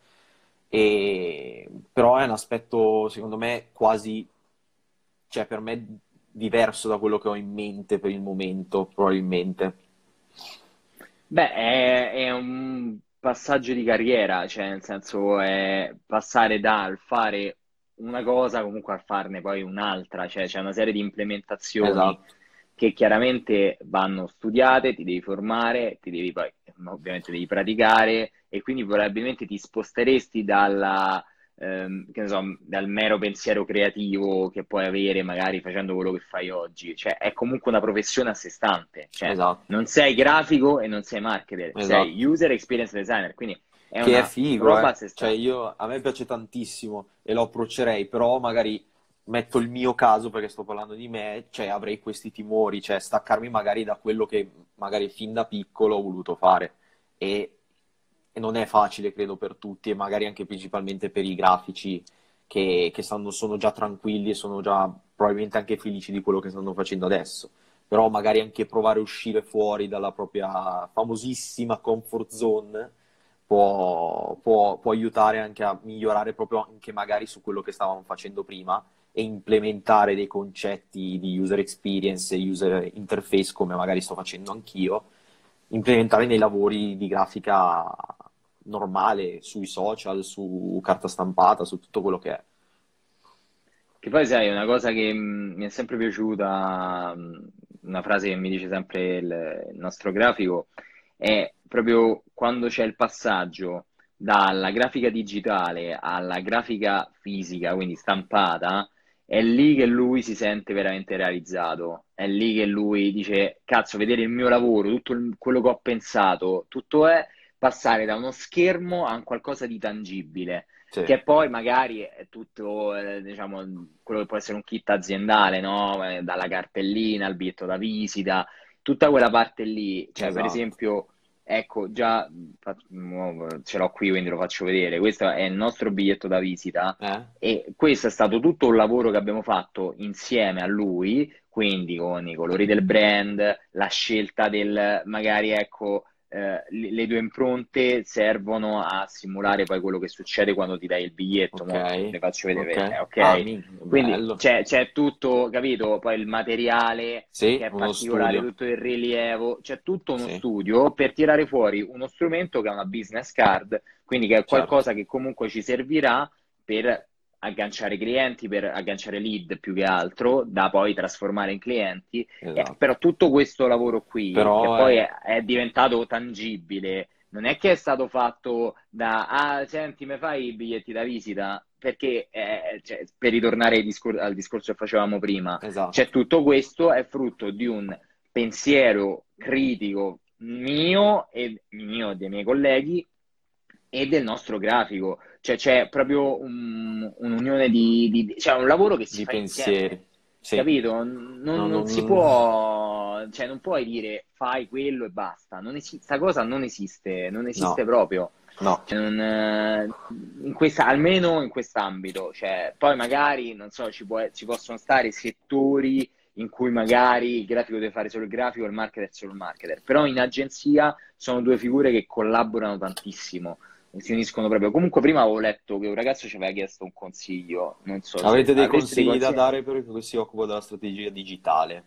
Speaker 2: Però è un aspetto, secondo me, quasi, cioè per me diverso da quello che ho in mente per il momento, probabilmente.
Speaker 3: beh, è un passaggio di carriera, cioè nel senso è passare dal fare una cosa comunque a farne poi un'altra, cioè c'è una serie di implementazioni
Speaker 2: Esatto,
Speaker 3: che chiaramente vanno studiate, ti devi formare, ti devi poi ovviamente devi praticare e quindi probabilmente ti sposteresti che ne so, dal mero pensiero creativo che puoi avere magari facendo quello che fai oggi. Cioè, è comunque una professione a sé stante. Cioè,
Speaker 2: esatto,
Speaker 3: non sei grafico e non sei marketer, sei
Speaker 2: esatto.
Speaker 3: user experience designer, quindi è
Speaker 2: Che è
Speaker 3: una
Speaker 2: figo,
Speaker 3: roba
Speaker 2: eh.
Speaker 3: a sé
Speaker 2: Cioè
Speaker 3: stante.
Speaker 2: a me piace tantissimo e lo approccerei, però magari metto il mio caso perché sto parlando di me, cioè avrei questi timori, cioè staccarmi magari da quello che magari fin da piccolo ho voluto fare e, e non è facile, credo, per tutti e magari anche principalmente per i grafici che sono già tranquilli e sono già probabilmente anche felici di quello che stanno facendo adesso. Però magari anche provare a uscire fuori dalla propria famosissima comfort zone può aiutare anche a migliorare proprio anche magari su quello che stavamo facendo prima e implementare dei concetti di user experience e user interface come magari sto facendo anch'io, implementare nei lavori di grafica normale, sui social, su carta stampata, su tutto quello che è.
Speaker 3: Che poi sai, una cosa che mi è sempre piaciuta, una frase che mi dice sempre il nostro grafico, è proprio quando c'è il passaggio dalla grafica digitale alla grafica fisica, quindi stampata, è lì che lui si sente veramente realizzato, è lì che lui dice, cazzo, vedere il mio lavoro, tutto quello che ho pensato, tutto è passare da uno schermo a un qualcosa di tangibile
Speaker 2: Sì,
Speaker 3: che poi magari è tutto, diciamo, quello che può essere un kit aziendale, no? Dalla cartellina al biglietto da visita, tutta quella parte lì, cioè per
Speaker 2: esatto.
Speaker 3: esempio, ecco, già ce l'ho qui, quindi lo faccio vedere, questo è il nostro biglietto da visita
Speaker 2: Eh?
Speaker 3: e questo è stato tutto un lavoro che abbiamo fatto insieme a lui, quindi con i colori del brand, la scelta del, magari, ecco, le due impronte servono a simulare poi quello che succede quando ti dai il biglietto.
Speaker 2: Ok,
Speaker 3: Mo le faccio
Speaker 2: ok.
Speaker 3: vedere,
Speaker 2: Ah,
Speaker 3: ok? Quindi
Speaker 2: bello.
Speaker 3: c'è tutto, capito? Poi il materiale
Speaker 2: Sì,
Speaker 3: che è
Speaker 2: uno
Speaker 3: particolare,
Speaker 2: studio.
Speaker 3: tutto il rilievo, c'è tutto uno
Speaker 2: Sì,
Speaker 3: studio per tirare fuori uno strumento che è una business card, quindi che è
Speaker 2: certo,
Speaker 3: qualcosa che comunque ci servirà per agganciare clienti, per agganciare lead più che altro, da poi trasformare in clienti.
Speaker 2: esatto.
Speaker 3: Però tutto questo lavoro qui, che
Speaker 2: Però
Speaker 3: poi
Speaker 2: è...
Speaker 3: è diventato tangibile, non è che è stato fatto da, ah, senti, mi fai i biglietti da visita? Perché, cioè, per ritornare al discorso che facevamo prima, c'è
Speaker 2: Esatto,
Speaker 3: tutto questo, è frutto di un pensiero critico mio e mio e dei miei colleghi e del nostro grafico. Cioè c'è proprio un'unione cioè un lavoro che si
Speaker 2: di
Speaker 3: fa insieme,
Speaker 2: pensieri. Sì.
Speaker 3: capito?
Speaker 2: No,
Speaker 3: Non si può, cioè non puoi dire fai quello e basta. Non esiste, sta cosa non esiste
Speaker 2: no,
Speaker 3: proprio.
Speaker 2: no.
Speaker 3: Cioè, almeno in quest'ambito, cioè, poi magari, non so, ci possono stare settori in cui magari il grafico deve fare solo il grafico e il marketer solo il marketer, però in agenzia sono due figure che collaborano tantissimo si uniscono proprio. Comunque, prima avevo letto che un ragazzo ci aveva chiesto un consiglio. Non so se
Speaker 2: Avete dei
Speaker 3: avresti dei
Speaker 2: consigli da
Speaker 3: consigli.
Speaker 2: dare per chi si occupa della strategia digitale?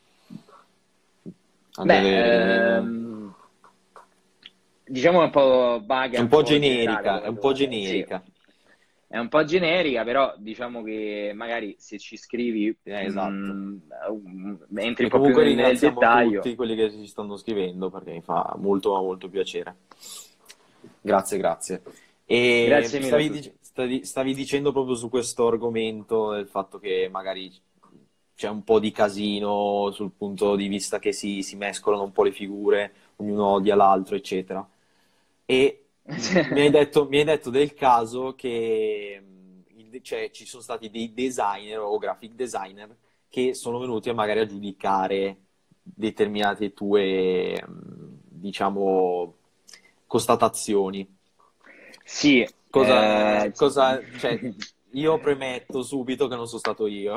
Speaker 3: Beh,
Speaker 2: Andare...
Speaker 3: diciamo è un po'
Speaker 2: È
Speaker 3: vaga,
Speaker 2: un
Speaker 3: un
Speaker 2: po'
Speaker 3: po' generale
Speaker 2: generica, è
Speaker 3: come
Speaker 2: un po'
Speaker 3: domanda. Sì,
Speaker 2: generica.
Speaker 3: è un po' generica, però diciamo che magari se ci scrivi,
Speaker 2: Esatto.
Speaker 3: entri un
Speaker 2: E
Speaker 3: po' più
Speaker 2: comunque
Speaker 3: nel
Speaker 2: ringraziamo
Speaker 3: dettaglio.
Speaker 2: tutti quelli che ci stanno scrivendo perché mi fa molto, molto piacere. Grazie, grazie. E
Speaker 3: Grazie mille a tutti.
Speaker 2: stavi dicendo proprio su questo argomento del fatto che magari c'è un po' di casino sul punto di vista che si mescolano un po' le figure, ognuno odia l'altro, eccetera. E mi hai detto del caso che cioè, ci sono stati dei designer o graphic designer che sono venuti a magari a giudicare determinate tue, diciamo, constatazioni.
Speaker 3: Sì,
Speaker 2: Cioè, io premetto subito che non sono stato io.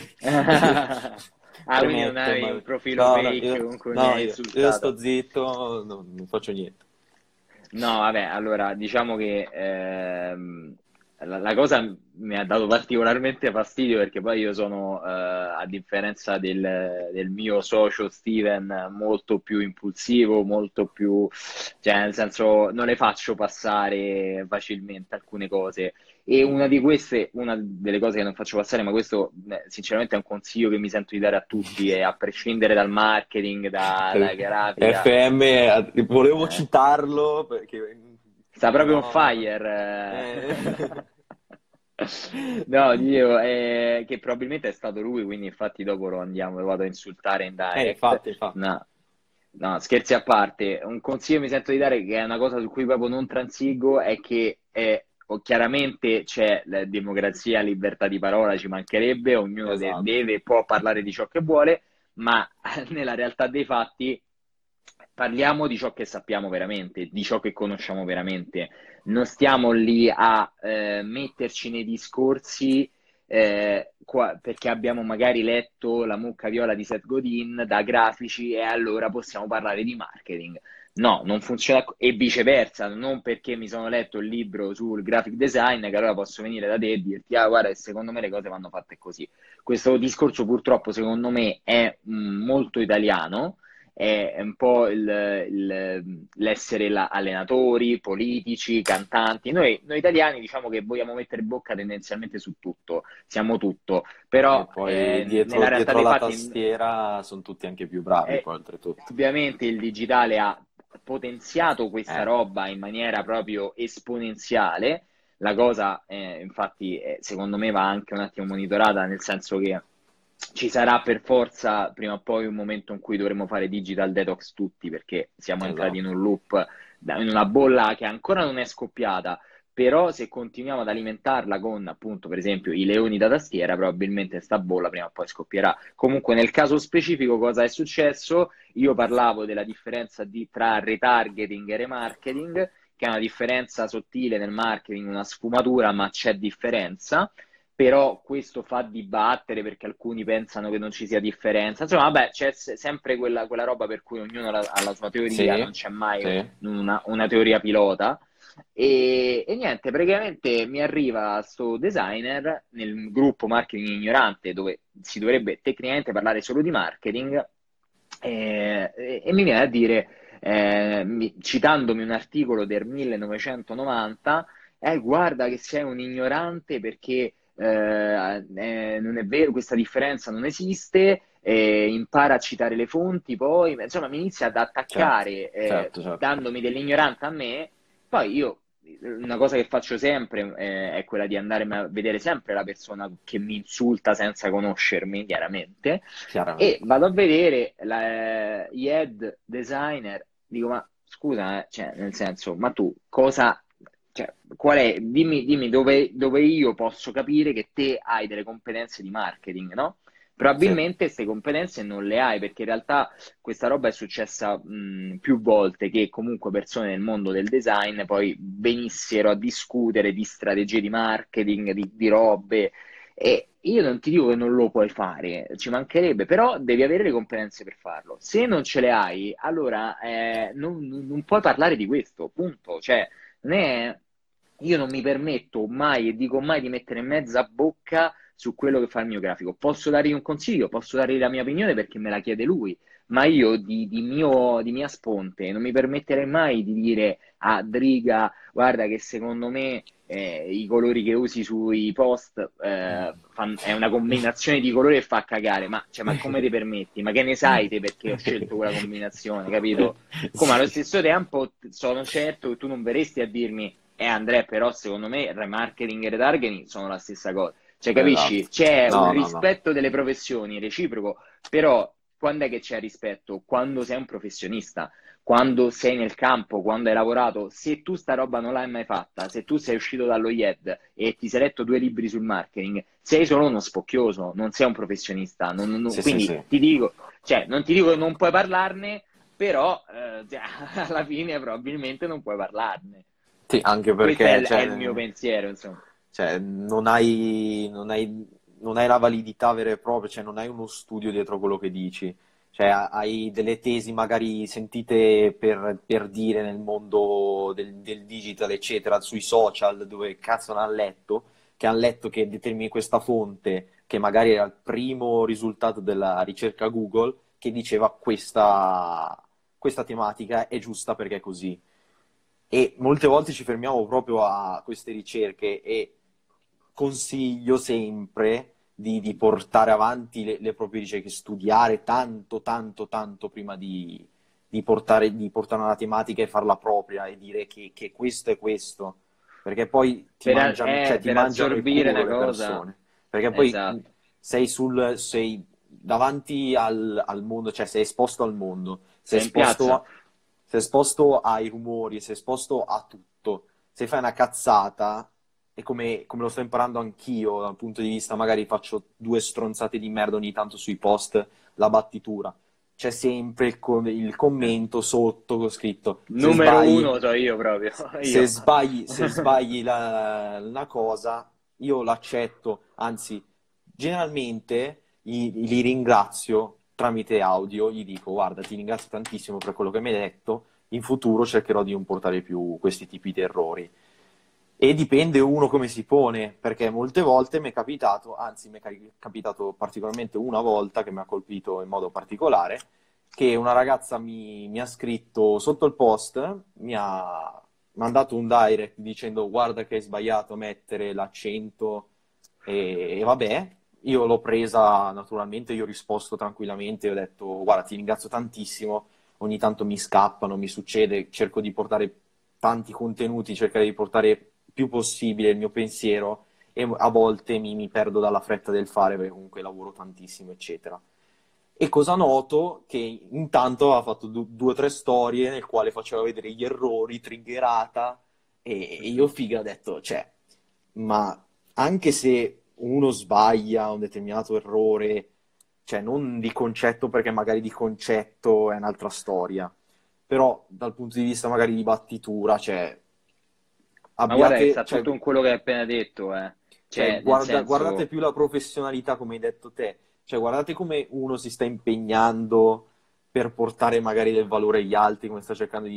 Speaker 3: Ah, quindi non
Speaker 2: Premetto,
Speaker 3: hai
Speaker 2: ma
Speaker 3: un profilo
Speaker 2: no, no,
Speaker 3: fake con cui mi
Speaker 2: no,
Speaker 3: hai
Speaker 2: io
Speaker 3: insultato.
Speaker 2: sto zitto, non faccio niente.
Speaker 3: No, vabbè, allora diciamo che la cosa mi ha dato particolarmente fastidio perché poi io sono, a differenza del mio socio Steven, molto più impulsivo, molto più, cioè nel senso non le faccio passare facilmente alcune cose. E una di queste, una delle cose che non faccio passare, ma questo sinceramente è un consiglio che mi sento di dare a tutti, e a prescindere dal marketing, dalla grafica,
Speaker 2: FM, volevo
Speaker 3: eh,
Speaker 2: citarlo perché
Speaker 3: sta proprio on
Speaker 2: no,
Speaker 3: fire.
Speaker 2: eh.
Speaker 3: No, dicevo, che probabilmente è stato lui, quindi infatti dopo lo vado a insultare in direct.
Speaker 2: Infatti, infatti.
Speaker 3: No, no, scherzi a parte, un consiglio che mi sento di dare, che è una cosa su cui proprio non transigo, è che chiaramente c'è la democrazia, libertà di parola, ci mancherebbe, ognuno
Speaker 2: Esatto.
Speaker 3: deve e può parlare di ciò che vuole, ma nella realtà dei fatti parliamo di ciò che sappiamo veramente, di ciò che conosciamo veramente. Non stiamo lì a metterci nei discorsi perché abbiamo magari letto La mucca viola di Seth Godin da grafici e allora possiamo parlare di marketing. No, non funziona e viceversa, non perché mi sono letto il libro sul graphic design che allora posso venire da te e dirti, ah, guarda, secondo me le cose vanno fatte così. Questo discorso purtroppo secondo me è molto italiano, è un po' l'essere allenatori, politici, cantanti. Noi italiani diciamo che vogliamo mettere bocca tendenzialmente su tutto, siamo tutto,
Speaker 2: E
Speaker 3: però
Speaker 2: poi
Speaker 3: nella realtà
Speaker 2: dietro
Speaker 3: dei
Speaker 2: la
Speaker 3: fatti
Speaker 2: tastiera sono tutti anche più bravi,
Speaker 3: eh,
Speaker 2: poi oltretutto.
Speaker 3: ovviamente il digitale ha potenziato questa
Speaker 2: Eh,
Speaker 3: roba in maniera proprio esponenziale. La cosa, infatti, secondo me va anche un attimo monitorata, nel senso che ci sarà per forza prima o poi un momento in cui dovremo fare digital detox tutti, perché siamo entrati in
Speaker 2: esatto.
Speaker 3: un loop, in una bolla che ancora non è scoppiata, però se continuiamo ad alimentarla con, appunto, per esempio, i leoni da tastiera, probabilmente sta bolla prima o poi scoppierà. Comunque, nel caso specifico, cosa è successo? Io parlavo della differenza tra retargeting e remarketing, che è una differenza sottile nel marketing, una sfumatura, ma c'è differenza. Però questo fa dibattere perché alcuni pensano che non ci sia differenza. Insomma, vabbè, c'è sempre quella roba per cui ognuno ha la sua teoria, non
Speaker 2: Sì,
Speaker 3: c'è mai
Speaker 2: sì.
Speaker 3: una teoria pilota. E niente, praticamente mi arriva sto designer nel gruppo Marketing Ignorante, dove si dovrebbe tecnicamente parlare solo di marketing, e mi viene a dire, citandomi un articolo del 1990, guarda che sei un ignorante perché non è vero, questa differenza non esiste, impara a citare le fonti, poi insomma mi inizia ad
Speaker 2: Certo,
Speaker 3: attaccare
Speaker 2: certo, certo.
Speaker 3: dandomi dell'ignorante a me. Poi io una cosa che faccio sempre è quella di andare a vedere sempre la persona che mi insulta senza conoscermi, chiaramente, e
Speaker 2: Chiaramente.
Speaker 3: vado a vedere gli head designer, dico, ma scusa, cioè, nel senso, ma tu cosa, cioè, qual è, dimmi dove io posso capire che te hai delle competenze di marketing, no?
Speaker 2: Sì.
Speaker 3: Probabilmente queste competenze non le hai perché in realtà questa roba è successa più volte che comunque persone nel mondo del design poi venissero a discutere di strategie di marketing, di robe. E io non ti dico che non lo puoi fare, ci mancherebbe, però devi avere le competenze per farlo. Se non ce le hai, allora non puoi parlare di questo, punto. Cioè, non è- io non mi permetto mai e dico mai di mettere mezza bocca su quello che fa il mio grafico. Posso dargli un consiglio, posso dargli la mia opinione perché me la chiede lui, ma io di mia sponte non mi permetterei mai di dire a Driga, guarda che secondo me i colori che usi sui post è una combinazione di colori e fa cagare, ma, cioè, ma come ti permetti? Ma che ne sai te perché ho scelto quella combinazione, capito? Come allo
Speaker 2: Sì.
Speaker 3: stesso tempo sono certo che tu non verresti a dirmi, Andrea, però secondo me remarketing e retargeting sono la stessa cosa. Cioè,
Speaker 2: Esatto.
Speaker 3: capisci? C'è un
Speaker 2: No, no, no.
Speaker 3: rispetto delle professioni reciproco, però quando è che c'è rispetto? Quando sei un professionista, quando sei nel campo, quando hai lavorato. Se tu sta roba non l'hai mai fatta, se tu sei uscito dallo IED e ti sei letto 2 libri sul marketing, sei solo uno spocchioso, non sei un professionista.
Speaker 2: Sì, sì,
Speaker 3: Quindi
Speaker 2: sì.
Speaker 3: ti dico, cioè, non ti dico che non puoi parlarne, però cioè, alla fine probabilmente non puoi parlarne.
Speaker 2: Sì, anche
Speaker 3: Questo
Speaker 2: perché,
Speaker 3: è il mio pensiero, insomma.
Speaker 2: non hai la validità vera e propria, cioè non hai uno studio dietro quello che dici. Cioè, hai delle tesi magari sentite per dire nel mondo del digital, eccetera, sui social, dove cazzo ne hanno letto, che hanno letto che determini questa fonte, che magari era il primo risultato della ricerca Google, che diceva questa tematica è giusta perché è così. E molte volte ci fermiamo proprio a queste ricerche e consiglio sempre di portare avanti le proprie ricerche, studiare tanto, tanto, tanto prima di portare una tematica e farla propria e dire che questo è questo, perché poi cioè, ti
Speaker 3: Per
Speaker 2: mangiano il
Speaker 3: assorbire
Speaker 2: culo
Speaker 3: una
Speaker 2: le
Speaker 3: cosa,
Speaker 2: persone, perché poi
Speaker 3: esatto,
Speaker 2: sei davanti al mondo, cioè sei esposto al mondo,
Speaker 3: sei in piazza.
Speaker 2: sei esposto ai rumori, sei esposto a tutto. Se fai una cazzata, e come lo sto imparando anch'io, dal punto di vista, magari faccio due stronzate di merda ogni tanto sui post, la battitura. C'è sempre il commento sotto con scritto, se
Speaker 3: Numero
Speaker 2: sbagli,
Speaker 3: uno so io proprio,
Speaker 2: se
Speaker 3: io.
Speaker 2: sbagli, se sbagli una cosa, io l'accetto, anzi, generalmente li ringrazio tramite audio, gli dico, guarda, ti ringrazio tantissimo per quello che mi hai detto, in futuro cercherò di non portare più questi tipi di errori. E dipende uno come si pone, perché molte volte mi è capitato, anzi mi è capitato particolarmente una volta che mi ha colpito in modo particolare, che una ragazza mi ha scritto sotto il post, mi ha mandato un direct dicendo guarda che hai sbagliato a mettere l'accento e vabbè, io l'ho presa naturalmente, io ho risposto tranquillamente, ho detto guarda ti ringrazio tantissimo, ogni tanto mi scappano, mi succede, cerco di portare tanti contenuti, cercare di portare più possibile il mio pensiero e a volte mi perdo dalla fretta del fare perché comunque lavoro tantissimo, eccetera. E cosa noto? Che intanto ha fatto due o tre storie nel quale faceva vedere gli errori, triggerata, e io figa ho detto, cioè, ma anche se uno sbaglia un determinato errore, cioè non di concetto perché magari di concetto è un'altra storia, però dal punto di vista magari di battitura, cioè
Speaker 3: Ma guarda che
Speaker 2: abbiate,
Speaker 3: sta
Speaker 2: cioè,
Speaker 3: tutto in quello che hai appena detto, eh.
Speaker 2: cioè,
Speaker 3: Cioè, nel
Speaker 2: guardate
Speaker 3: senso,
Speaker 2: più la professionalità, come hai detto te. Cioè, guardate come uno si sta impegnando per portare magari del valore agli altri, come sta cercando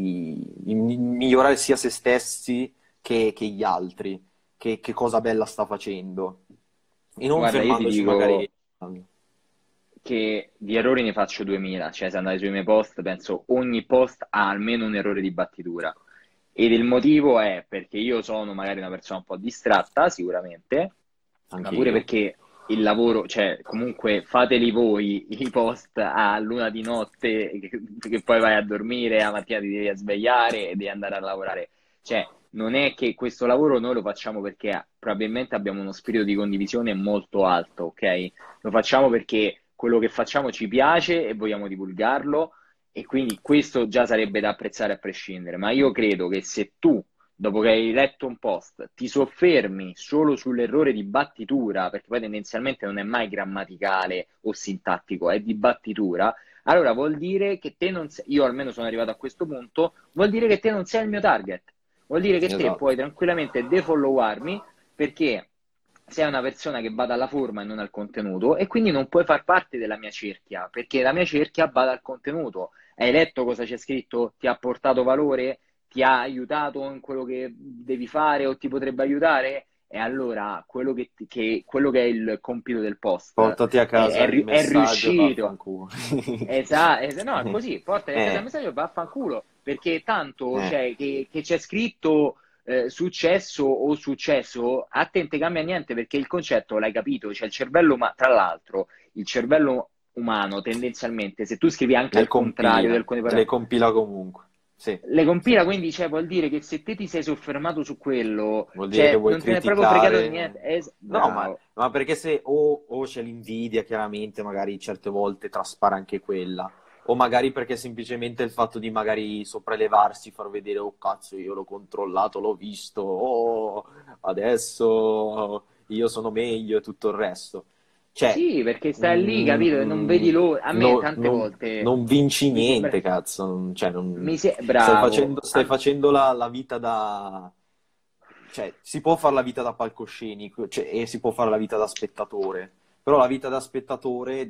Speaker 2: di migliorare sia se stessi che gli altri. Che cosa bella sta facendo. E non
Speaker 3: guarda, io ti
Speaker 2: fermandoci magari.
Speaker 3: dico che di errori ne faccio 2000, cioè se andate sui miei post, penso ogni post ha almeno un errore di battitura. Ed il motivo è perché io sono magari una persona un po' distratta, sicuramente, ma
Speaker 2: Anche
Speaker 3: pure
Speaker 2: io.
Speaker 3: perché il lavoro, cioè comunque fateli voi i post a luna di notte che poi vai a dormire, la mattina ti devi svegliare e devi andare a lavorare. Cioè, non è che questo lavoro noi lo facciamo perché probabilmente abbiamo uno spirito di condivisione molto alto, ok? Lo facciamo perché quello che facciamo ci piace e vogliamo divulgarlo e quindi questo già sarebbe da apprezzare a prescindere. Ma io credo che se tu, dopo che hai letto un post, ti soffermi solo sull'errore di battitura, perché poi tendenzialmente non è mai grammaticale o sintattico, è di battitura, allora vuol dire che te non sei, io almeno sono arrivato a questo punto, vuol dire che te non sei il mio target. Vuol dire che te puoi
Speaker 2: Esatto.
Speaker 3: tranquillamente defollowarmi perché sei una persona che bada alla forma e non al contenuto e quindi non puoi far parte della mia cerchia perché la mia cerchia bada al contenuto. Hai letto cosa c'è scritto? Ti ha portato valore? Ti ha aiutato in quello che devi fare o ti potrebbe aiutare? E allora quello che è il compito del post
Speaker 2: Portati a casa il
Speaker 3: è
Speaker 2: messaggio e
Speaker 3: riuscito.
Speaker 2: vaffanculo.
Speaker 3: Esatto, no, è così, portati a casa il
Speaker 2: Eh,
Speaker 3: messaggio e vaffanculo, perché tanto,
Speaker 2: eh.
Speaker 3: cioè, che c'è scritto successo o successo, a te non ti cambia niente perché il concetto l'hai capito, cioè il cervello, tra l'altro, il cervello umano tendenzialmente, se tu scrivi anche al contrario del
Speaker 2: Le compila comunque. Sì,
Speaker 3: le
Speaker 2: sì.
Speaker 3: compila, quindi cioè, vuol dire che se te ti sei soffermato su quello,
Speaker 2: Vuol dire che
Speaker 3: cioè,
Speaker 2: vuoi
Speaker 3: non te ne è proprio fregato di niente.
Speaker 2: criticare. No,
Speaker 3: Bravo.
Speaker 2: ma perché se o c'è l'invidia, chiaramente, magari certe volte traspara anche quella. O magari perché semplicemente il fatto di magari sopraelevarsi, far vedere, oh cazzo, io l'ho controllato, l'ho visto, oh, adesso io sono meglio e tutto il resto. Cioè,
Speaker 3: Sì, perché stai lì, capito? E non vedi l'ora. A me tante volte
Speaker 2: non vinci
Speaker 3: mi sembra.
Speaker 2: niente, cazzo. Cioè,
Speaker 3: Bravo.
Speaker 2: stai facendo la vita da. Cioè, si può fare la vita da palcoscenico, cioè, e si può fare la vita da spettatore, Però la vita da spettatore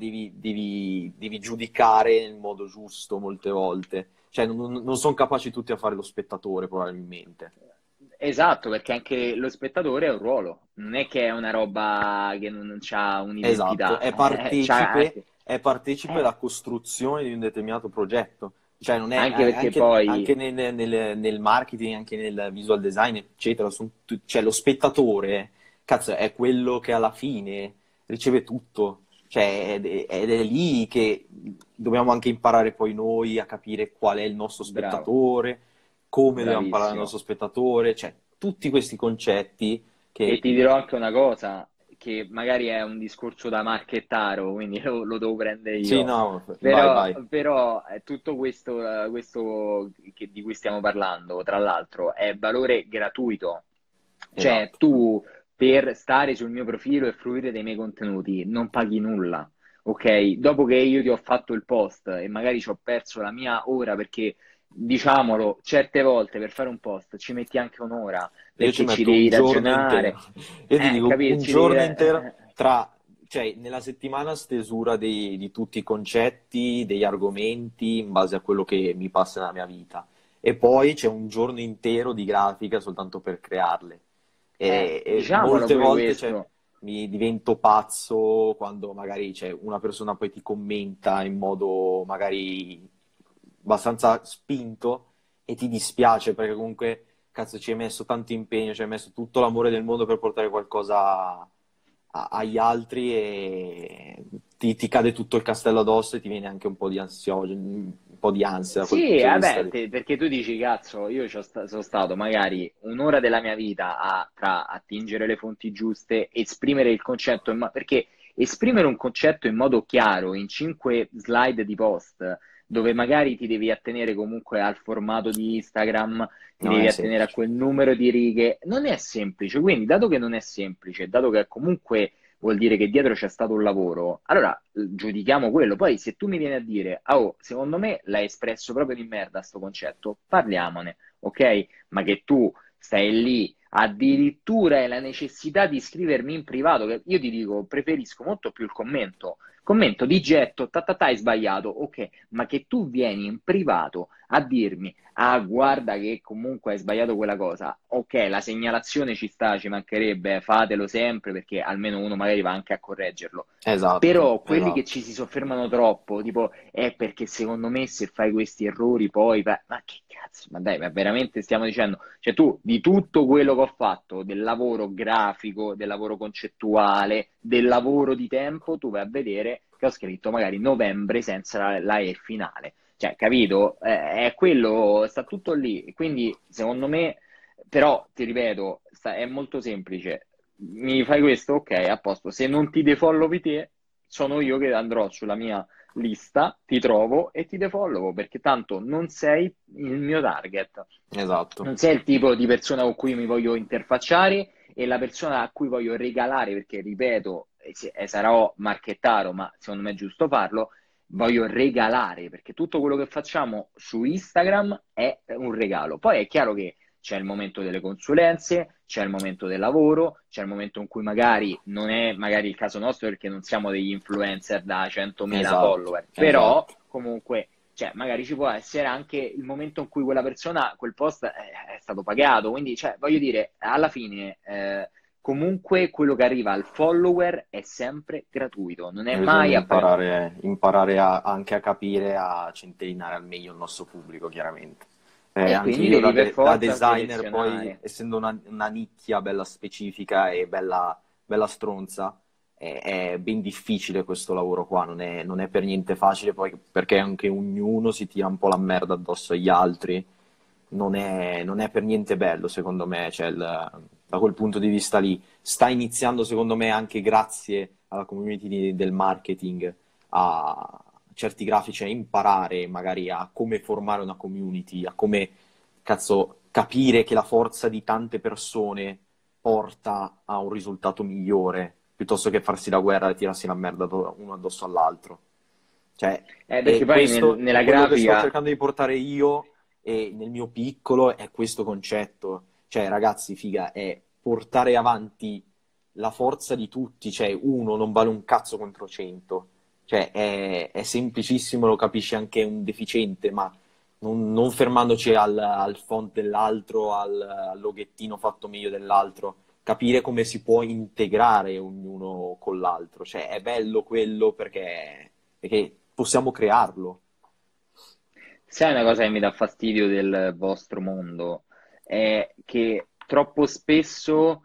Speaker 2: devi giudicare in modo giusto molte volte. Cioè, non sono capaci tutti a fare lo spettatore, probabilmente.
Speaker 3: Esatto, perché anche lo spettatore è un ruolo, non è che è una roba che non ha
Speaker 2: Esatto,
Speaker 3: un'identità,
Speaker 2: è
Speaker 3: c'ha
Speaker 2: partecipe,
Speaker 3: anche,
Speaker 2: è partecipe
Speaker 3: eh,
Speaker 2: alla costruzione di un determinato progetto. Cioè, non è
Speaker 3: anche perché
Speaker 2: anche
Speaker 3: poi,
Speaker 2: nel marketing, anche nel visual design, eccetera. Cioè, lo spettatore, cazzo, è quello che alla fine riceve tutto. Cioè, ed è lì che dobbiamo anche imparare poi noi a capire qual è il nostro
Speaker 3: bravo,
Speaker 2: spettatore, come dobbiamo parlare al
Speaker 3: bravissimo.
Speaker 2: nostro spettatore, cioè, tutti questi concetti
Speaker 3: E
Speaker 2: che...
Speaker 3: ti dirò anche una cosa, che magari è un discorso da marchettaro, quindi lo devo prendere
Speaker 2: Sì,
Speaker 3: io.
Speaker 2: no, vai,
Speaker 3: Però,
Speaker 2: vai.
Speaker 3: però tutto questo di cui stiamo parlando, tra l'altro, è valore gratuito. Cioè,
Speaker 2: Esatto.
Speaker 3: tu per stare sul mio profilo e fruire dei miei contenuti non paghi nulla, ok? Dopo che io ti ho fatto il post e magari ci ho perso la mia ora perché, diciamolo, certe volte per fare un post ci metti anche un'ora
Speaker 2: Io ci
Speaker 3: perché ci
Speaker 2: metto un
Speaker 3: devi
Speaker 2: giorno intero.
Speaker 3: ragionare,
Speaker 2: Io ti dico
Speaker 3: capito?
Speaker 2: un giorno intero tra, cioè, nella settimana stesura di tutti i concetti, degli argomenti, in base a quello che mi passa nella mia vita. E poi c'è un giorno intero di grafica soltanto per crearle. E
Speaker 3: diciamolo
Speaker 2: molte
Speaker 3: pure
Speaker 2: volte, cioè,
Speaker 3: questo.
Speaker 2: mi divento pazzo quando magari c'è una persona poi ti commenta in modo magari abbastanza spinto e ti dispiace perché comunque cazzo ci hai messo tanto impegno, ci hai messo tutto l'amore del mondo per portare qualcosa agli altri e ti cade tutto il castello addosso e ti viene anche un po' di un po' di ansia da quel
Speaker 3: Sì,
Speaker 2: punto di vista
Speaker 3: vabbè,
Speaker 2: lì.
Speaker 3: perché tu dici, cazzo, io sono stato magari un'ora della mia vita tra attingere le fonti giuste, esprimere il concetto, perché esprimere un concetto in modo chiaro, in 5 slide di post, dove magari ti devi attenere comunque al formato di Instagram, ti
Speaker 2: Non
Speaker 3: devi
Speaker 2: è
Speaker 3: attenere a
Speaker 2: semplice.
Speaker 3: quel numero di righe, non è semplice. Quindi, dato che non è semplice, dato che comunque vuol dire che dietro c'è stato un lavoro. Allora giudichiamo quello. Poi se tu mi vieni a dire, ah, oh, secondo me l'hai espresso proprio di merda sto concetto, parliamone, ok? Ma che tu stai lì, addirittura hai la necessità di scrivermi in privato, che io ti dico, preferisco molto più il commento. Commento di getto, hai sbagliato, ok, ma che tu vieni in privato a dirmi, ah, guarda che comunque hai sbagliato quella cosa, ok, la segnalazione ci sta, ci mancherebbe, fatelo sempre perché almeno uno magari va anche a correggerlo.
Speaker 2: Esatto,
Speaker 3: Però quelli che
Speaker 2: esatto.
Speaker 3: ci si soffermano troppo, tipo, è perché secondo me se fai questi errori poi, ma che cazzo, ma dai, ma veramente stiamo dicendo, cioè tu di tutto quello che ho fatto, del lavoro grafico, del lavoro concettuale, del lavoro di tempo, tu vai a vedere che ho scritto magari novembre senza la E finale. Cioè, capito? È quello, sta tutto lì. Quindi, secondo me, però, ti ripeto, è molto semplice. Mi fai questo? Ok, a posto. Se non ti defollowi te, sono io che andrò sulla mia lista, ti trovo e ti defollowo, perché tanto non sei il mio target.
Speaker 2: Esatto.
Speaker 3: Non sei il tipo di persona con cui mi voglio interfacciare e la persona a cui voglio regalare, perché ripeto, sarò marchettaro, ma secondo me è giusto farlo, voglio regalare, perché tutto quello che facciamo su Instagram è un regalo. Poi è chiaro che c'è il momento delle consulenze, c'è il momento del lavoro, c'è il momento in cui magari non è magari il caso nostro perché non siamo degli influencer da 100.000
Speaker 2: Esatto,
Speaker 3: follower, però
Speaker 2: esatto.
Speaker 3: comunque cioè, magari ci può essere anche il momento in cui quella persona, quel post è stato pagato, quindi, cioè, voglio dire, alla fine, comunque quello che arriva al follower è sempre gratuito, non è
Speaker 2: E bisogna
Speaker 3: mai a pagamento.
Speaker 2: imparare anche a capire, a centellinare al meglio il nostro pubblico, chiaramente.
Speaker 3: E
Speaker 2: Anche
Speaker 3: quindi
Speaker 2: io
Speaker 3: devi per
Speaker 2: da
Speaker 3: forza
Speaker 2: designer, poi
Speaker 3: selezionare.
Speaker 2: essendo una nicchia bella specifica e bella stronza, è ben difficile questo lavoro qua, non è per niente facile, poi perché anche ognuno si tira un po' la merda addosso agli altri, non è per niente bello, secondo me, cioè, da quel punto di vista lì. Sta iniziando, secondo me, anche grazie alla community del marketing, a certi grafici a imparare magari a come formare una community, a come, cazzo, capire che la forza di tante persone porta a un risultato migliore, piuttosto che farsi la guerra e tirarsi la merda uno addosso all'altro. Cioè,
Speaker 3: Perché
Speaker 2: e
Speaker 3: poi
Speaker 2: questo è
Speaker 3: nella
Speaker 2: quello che sto
Speaker 3: grafica
Speaker 2: cercando di portare io e nel mio piccolo è questo concetto. Cioè, ragazzi, figa, è portare avanti la forza di tutti, cioè uno non vale un cazzo contro 100. Cioè è semplicissimo, lo capisce anche un deficiente, ma non fermandoci al font dell'altro, al loghettino fatto meglio dell'altro, capire come si può integrare ognuno con l'altro. Cioè è bello quello perché possiamo crearlo.
Speaker 3: Sai una cosa che mi dà fastidio del vostro mondo? È che troppo spesso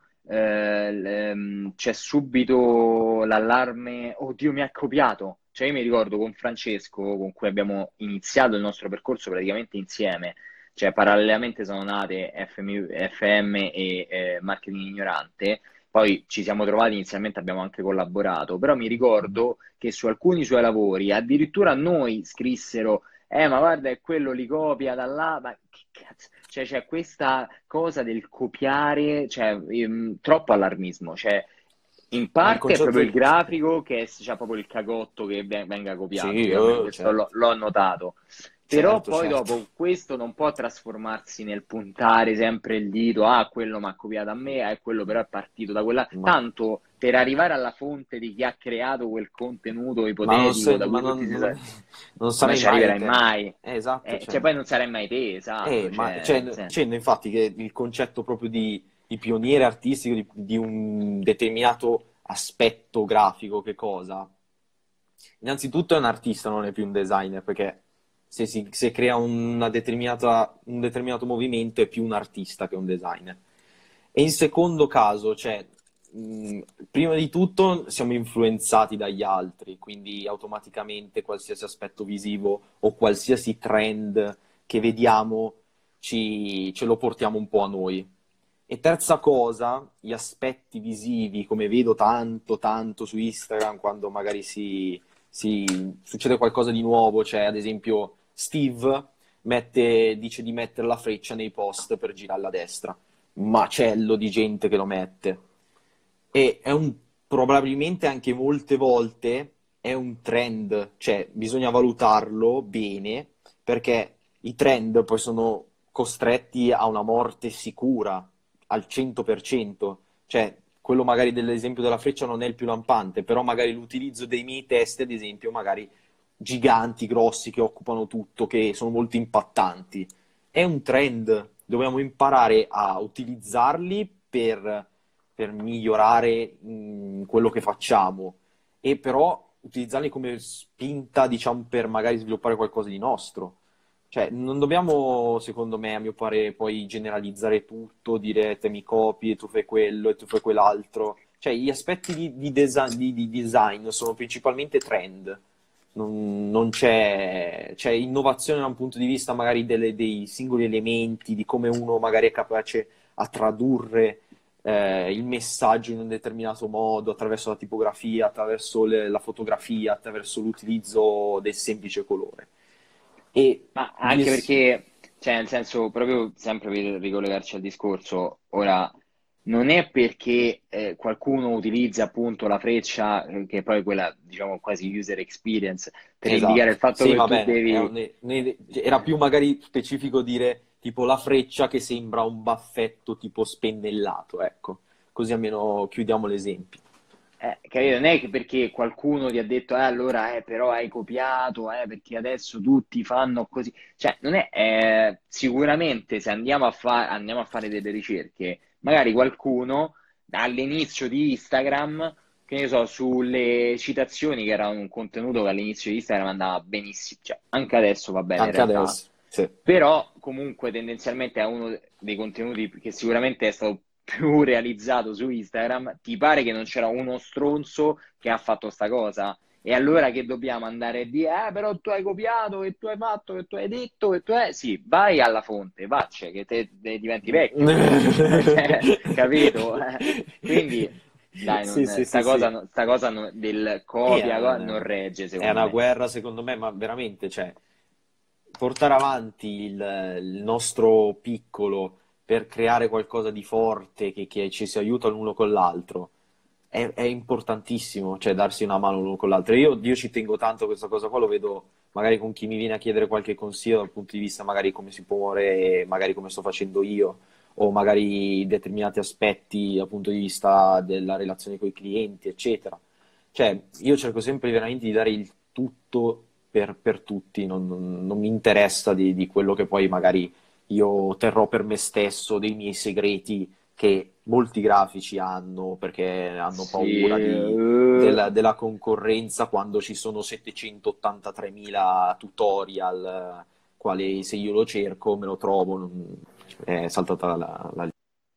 Speaker 3: c'è subito l'allarme, oddio, mi ha copiato. Cioè, io mi ricordo con Francesco, con cui abbiamo iniziato il nostro percorso praticamente insieme, cioè parallelamente sono nate FM e Marketing Ignorante. Poi ci siamo trovati inizialmente, abbiamo anche collaborato, però mi ricordo che su alcuni suoi lavori addirittura noi scrissero ma guarda, è quello li copia da là, ma che cazzo? Cioè, c'è questa cosa del copiare, cioè, troppo allarmismo, cioè, in
Speaker 2: Ma il
Speaker 3: parte è proprio il
Speaker 2: concetto...
Speaker 3: grafico che c'ha proprio il cagotto che venga copiato,
Speaker 2: Sì,
Speaker 3: io almeno questo
Speaker 2: certo,
Speaker 3: l'ho notato. Però
Speaker 2: certo,
Speaker 3: poi
Speaker 2: certo.
Speaker 3: dopo questo non può trasformarsi nel puntare sempre il dito, ah, quello mi ha copiato a me, quello però è partito da quella.
Speaker 2: Ma,
Speaker 3: Tanto per arrivare alla fonte di chi ha creato quel contenuto
Speaker 2: ma non,
Speaker 3: ipotetico
Speaker 2: se-
Speaker 3: da
Speaker 2: ma
Speaker 3: cui tutti si...
Speaker 2: non
Speaker 3: Non
Speaker 2: sarai
Speaker 3: ci
Speaker 2: mai
Speaker 3: arriverai
Speaker 2: te.
Speaker 3: mai.
Speaker 2: Esatto,
Speaker 3: Cioè,
Speaker 2: cioè.
Speaker 3: poi non sarai mai te, esatto.
Speaker 2: Ma
Speaker 3: Cioè,
Speaker 2: cioè, infatti che il concetto proprio di pioniere artistico, di un determinato aspetto grafico, che cosa? Innanzitutto è un artista, non è più un designer, perché se crea un determinato movimento è più un artista che un designer. E in secondo caso, cioè, mh, prima di tutto siamo influenzati dagli altri, quindi automaticamente qualsiasi aspetto visivo o qualsiasi trend che vediamo ce lo portiamo un po' a noi. E terza cosa, gli aspetti visivi, come vedo tanto, tanto su Instagram, quando magari succede qualcosa di nuovo, cioè ad esempio Steve dice di mettere la freccia nei post per girarla a destra. Macello di gente che lo mette. E probabilmente anche molte volte è un trend, cioè bisogna valutarlo bene, perché i trend poi sono costretti a una morte sicura al 100%. Cioè, quello magari dell'esempio della freccia non è il più lampante, però magari l'utilizzo dei miei testi, ad esempio, magari giganti, grossi, che occupano tutto, che sono molto impattanti. È un trend, dobbiamo imparare a utilizzarli per migliorare quello che facciamo, e però utilizzarli come spinta, diciamo, per magari sviluppare qualcosa di nostro. Cioè, non dobbiamo, secondo me, a mio parere, poi generalizzare tutto, dire te mi copi e tu fai quello e tu fai quell'altro. Cioè, gli aspetti di design sono principalmente trend. Non c'è innovazione da un punto di vista magari dei singoli elementi, di come uno magari è capace a tradurre il messaggio in un determinato modo, attraverso la tipografia, attraverso la fotografia, attraverso l'utilizzo del semplice colore. E
Speaker 3: ma
Speaker 2: di
Speaker 3: anche perché, cioè, nel senso, proprio sempre per ricollegarci al discorso, ora, non è perché qualcuno utilizza appunto la freccia, che è poi quella, diciamo, quasi user experience, per indicare il
Speaker 2: Esatto,
Speaker 3: fatto
Speaker 2: sì,
Speaker 3: che
Speaker 2: va
Speaker 3: tu
Speaker 2: bene,
Speaker 3: devi...
Speaker 2: era più magari specifico dire tipo la freccia che sembra un baffetto tipo spennellato, ecco, così almeno chiudiamo l'esempio.
Speaker 3: capito? Non è che perché qualcuno ti ha detto, allora, però hai copiato, perché adesso tutti fanno così. Cioè, non è, sicuramente se andiamo a fare delle ricerche, magari qualcuno all'inizio di Instagram, che ne so, sulle citazioni, che era un contenuto che all'inizio di Instagram andava benissimo, cioè, anche adesso va bene in
Speaker 2: Anche
Speaker 3: realtà,
Speaker 2: adesso, sì.
Speaker 3: però comunque tendenzialmente è uno dei contenuti che sicuramente è stato più realizzato su Instagram. Ti pare che non c'era uno stronzo che ha fatto sta cosa? E allora che dobbiamo andare a dire, però tu hai copiato, e tu hai fatto, e tu hai detto, e tu hai... Sì, vai alla fonte, vacce, che te diventi vecchio. Cioè, capito? Quindi, dai,
Speaker 2: Sì, sì, sì,
Speaker 3: sta
Speaker 2: sì.
Speaker 3: cosa, del
Speaker 2: E,
Speaker 3: copia non regge,
Speaker 2: è
Speaker 3: secondo
Speaker 2: una
Speaker 3: me.
Speaker 2: guerra, secondo me, ma veramente, cioè, portare avanti il nostro piccolo per creare qualcosa di forte che ci si aiuta l'uno con l'altro è importantissimo, cioè darsi una mano l'uno con l'altro. Io ci tengo tanto a questa cosa qua, lo vedo magari con chi mi viene a chiedere qualche consiglio dal punto di vista magari come si può muovere, magari come sto facendo io, o magari determinati aspetti dal punto di vista della relazione con i clienti, eccetera. Cioè, io cerco sempre veramente di dare il tutto per tutti, non mi interessa di quello che poi magari io terrò per me stesso, dei miei segreti che molti grafici hanno perché hanno
Speaker 3: Sì,
Speaker 2: paura della concorrenza quando ci sono 783.000 tutorial, quale se io lo cerco me lo trovo, è saltata la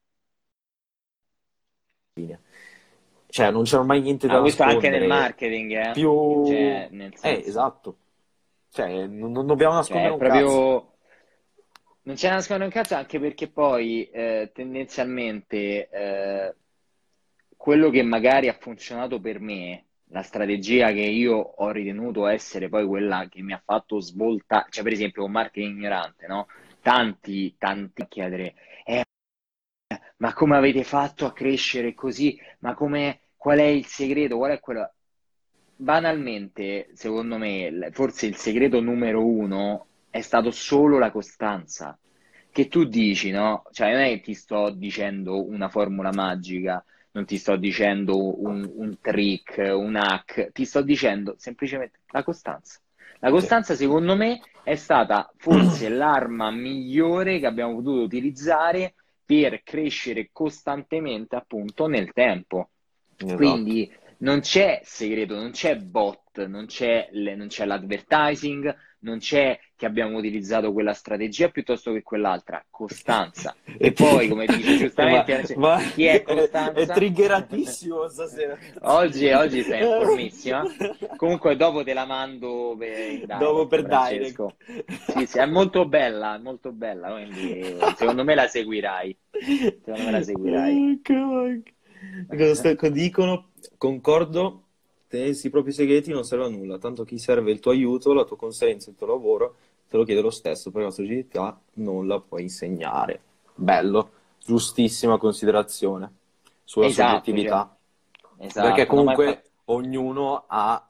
Speaker 2: linea. Cioè, non c'era mai niente da
Speaker 3: questo anche nel
Speaker 2: nascondere.
Speaker 3: marketing,
Speaker 2: Più...
Speaker 3: cioè, nel senso,
Speaker 2: Esatto. Cioè, non dobbiamo
Speaker 3: cioè,
Speaker 2: nascondere
Speaker 3: è
Speaker 2: un cazzo.
Speaker 3: proprio. Non c'è nascosto un cazzo anche perché poi tendenzialmente quello che magari ha funzionato per me, la strategia che io ho ritenuto essere poi quella che mi ha fatto svoltare, cioè per esempio con marketing ignorante, no? Tanti a chiedere, ma come avete fatto a crescere così? Ma come, qual è il segreto? Qual è quello? Banalmente, secondo me, forse il segreto numero uno è stato solo la costanza. Che tu dici, no? Cioè, non è che ti sto dicendo una formula magica, non ti sto dicendo un trick, un hack, ti sto dicendo semplicemente la costanza. La
Speaker 2: Sì.
Speaker 3: costanza, secondo me, è stata forse l'arma migliore che abbiamo potuto utilizzare per crescere costantemente, appunto, nel tempo.
Speaker 2: Esatto.
Speaker 3: Quindi non c'è segreto, non c'è bot, non c'è l'advertising, non c'è che abbiamo utilizzato quella strategia piuttosto che quell'altra, costanza.
Speaker 2: E
Speaker 3: E poi, come dice
Speaker 2: ma,
Speaker 3: giustamente,
Speaker 2: ma
Speaker 3: chi è
Speaker 2: è
Speaker 3: Costanza?
Speaker 2: triggeratissimo stasera.
Speaker 3: Oggi sei in formissima. Comunque dopo te la mando in
Speaker 2: Dopo
Speaker 3: direct,
Speaker 2: per direct.
Speaker 3: Francesco. Sì, sì, è molto bella, quindi secondo me la seguirai. Secondo me la seguirai.
Speaker 2: Dicono, concordo, tenersi i propri segreti non serve a nulla, tanto a chi serve il tuo aiuto, la tua consulenza, il tuo lavoro, te lo chiede lo stesso, perché la società non la puoi insegnare. Bello, giustissima considerazione sulla
Speaker 3: Esatto, cioè,
Speaker 2: soggettività, perché
Speaker 3: esatto, no, ma
Speaker 2: comunque
Speaker 3: infatti.
Speaker 2: ognuno ha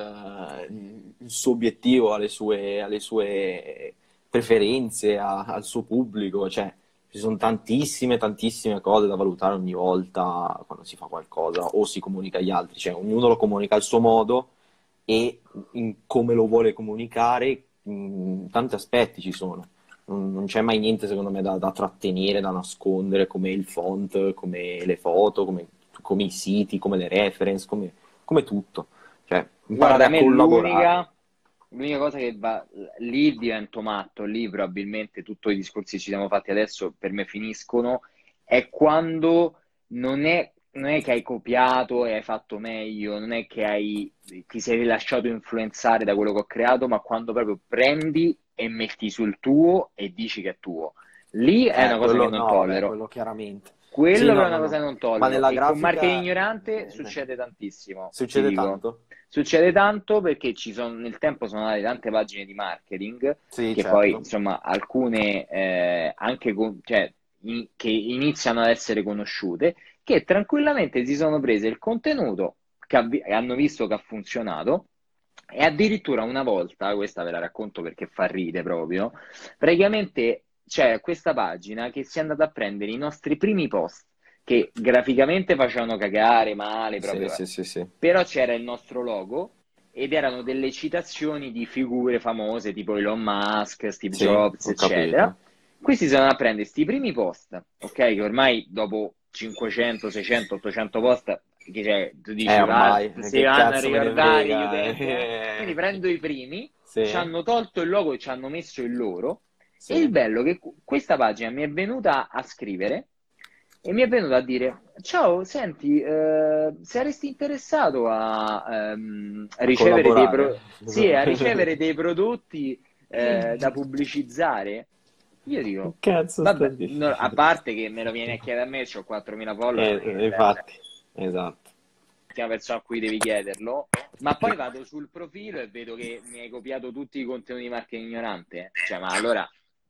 Speaker 2: il suo obiettivo, ha le sue preferenze, al suo pubblico, cioè ci sono tantissime cose da valutare ogni volta quando si fa qualcosa o si comunica agli altri, cioè ognuno lo comunica al suo modo e in come lo vuole comunicare, tanti aspetti ci sono. Non c'è mai niente secondo me da trattenere, da nascondere, come il font, come le foto, come i siti, come le reference, come tutto. Cioè, imparare
Speaker 3: Guarda, a
Speaker 2: a
Speaker 3: me
Speaker 2: collaborare.
Speaker 3: l'unica cosa che va lì divento matto, lì probabilmente tutti i discorsi che ci siamo fatti adesso per me finiscono, è quando non è che hai copiato e hai fatto meglio, non è che ti sei rilasciato influenzare da quello che ho creato, ma quando proprio prendi e metti sul tuo e dici che è tuo. Lì è una cosa che
Speaker 2: Quello
Speaker 3: non
Speaker 2: no, vabbè,
Speaker 3: tollero.
Speaker 2: quello chiaramente. Sì,
Speaker 3: Quello
Speaker 2: no,
Speaker 3: però è
Speaker 2: no,
Speaker 3: una cosa
Speaker 2: no.
Speaker 3: che non
Speaker 2: Ma
Speaker 3: tollero.
Speaker 2: nella
Speaker 3: E con marketing
Speaker 2: grafica
Speaker 3: ignorante succede tantissimo, ti
Speaker 2: succede
Speaker 3: dico.
Speaker 2: tanto.
Speaker 3: Succede tanto perché nel tempo sono nate tante pagine di marketing
Speaker 2: Sì,
Speaker 3: che poi,
Speaker 2: certo.
Speaker 3: insomma, alcune anche cioè, che iniziano ad essere conosciute, che tranquillamente si sono prese il contenuto e hanno visto che ha funzionato. E addirittura una volta, questa ve la racconto perché fa ride proprio, praticamente c'è questa pagina che si è andata a prendere i nostri primi post che graficamente facevano cagare male
Speaker 2: Sì,
Speaker 3: proprio,
Speaker 2: sì, sì, sì.
Speaker 3: però c'era il nostro logo ed erano delle citazioni di figure famose tipo Elon Musk, Steve
Speaker 2: Sì,
Speaker 3: Jobs,
Speaker 2: ho
Speaker 3: eccetera.
Speaker 2: capito.
Speaker 3: Questi sono a prendere questi primi post, ok? Che ormai dopo 500, 600, 800 post, che tu dici,
Speaker 2: Ormai,
Speaker 3: si
Speaker 2: che
Speaker 3: vanno a
Speaker 2: cazzo me ne
Speaker 3: ricordare gli
Speaker 2: frega.
Speaker 3: utenti, eh? Quindi prendo i primi, ci
Speaker 2: Sì,
Speaker 3: hanno tolto il logo e ci hanno messo il loro. E il
Speaker 2: sì.
Speaker 3: bello è che questa pagina mi è venuta a scrivere e mi è venuto a dire: Ciao, senti, saresti interessato a
Speaker 2: A
Speaker 3: ricevere
Speaker 2: collaborare.
Speaker 3: sì, a ricevere dei prodotti da pubblicizzare? Io
Speaker 2: Che
Speaker 3: dico,
Speaker 2: cazzo sta
Speaker 3: vabbè,
Speaker 2: dicendo?
Speaker 3: a parte che me lo viene a chiedere a me, ho 4.000 follower, non è che mi serve
Speaker 2: Infatti, esatto.
Speaker 3: l'ultima persona a cui devi chiederlo, ma poi vado sul profilo e vedo che mi hai copiato tutti i contenuti di marketing ignorante. Cioè, ma allora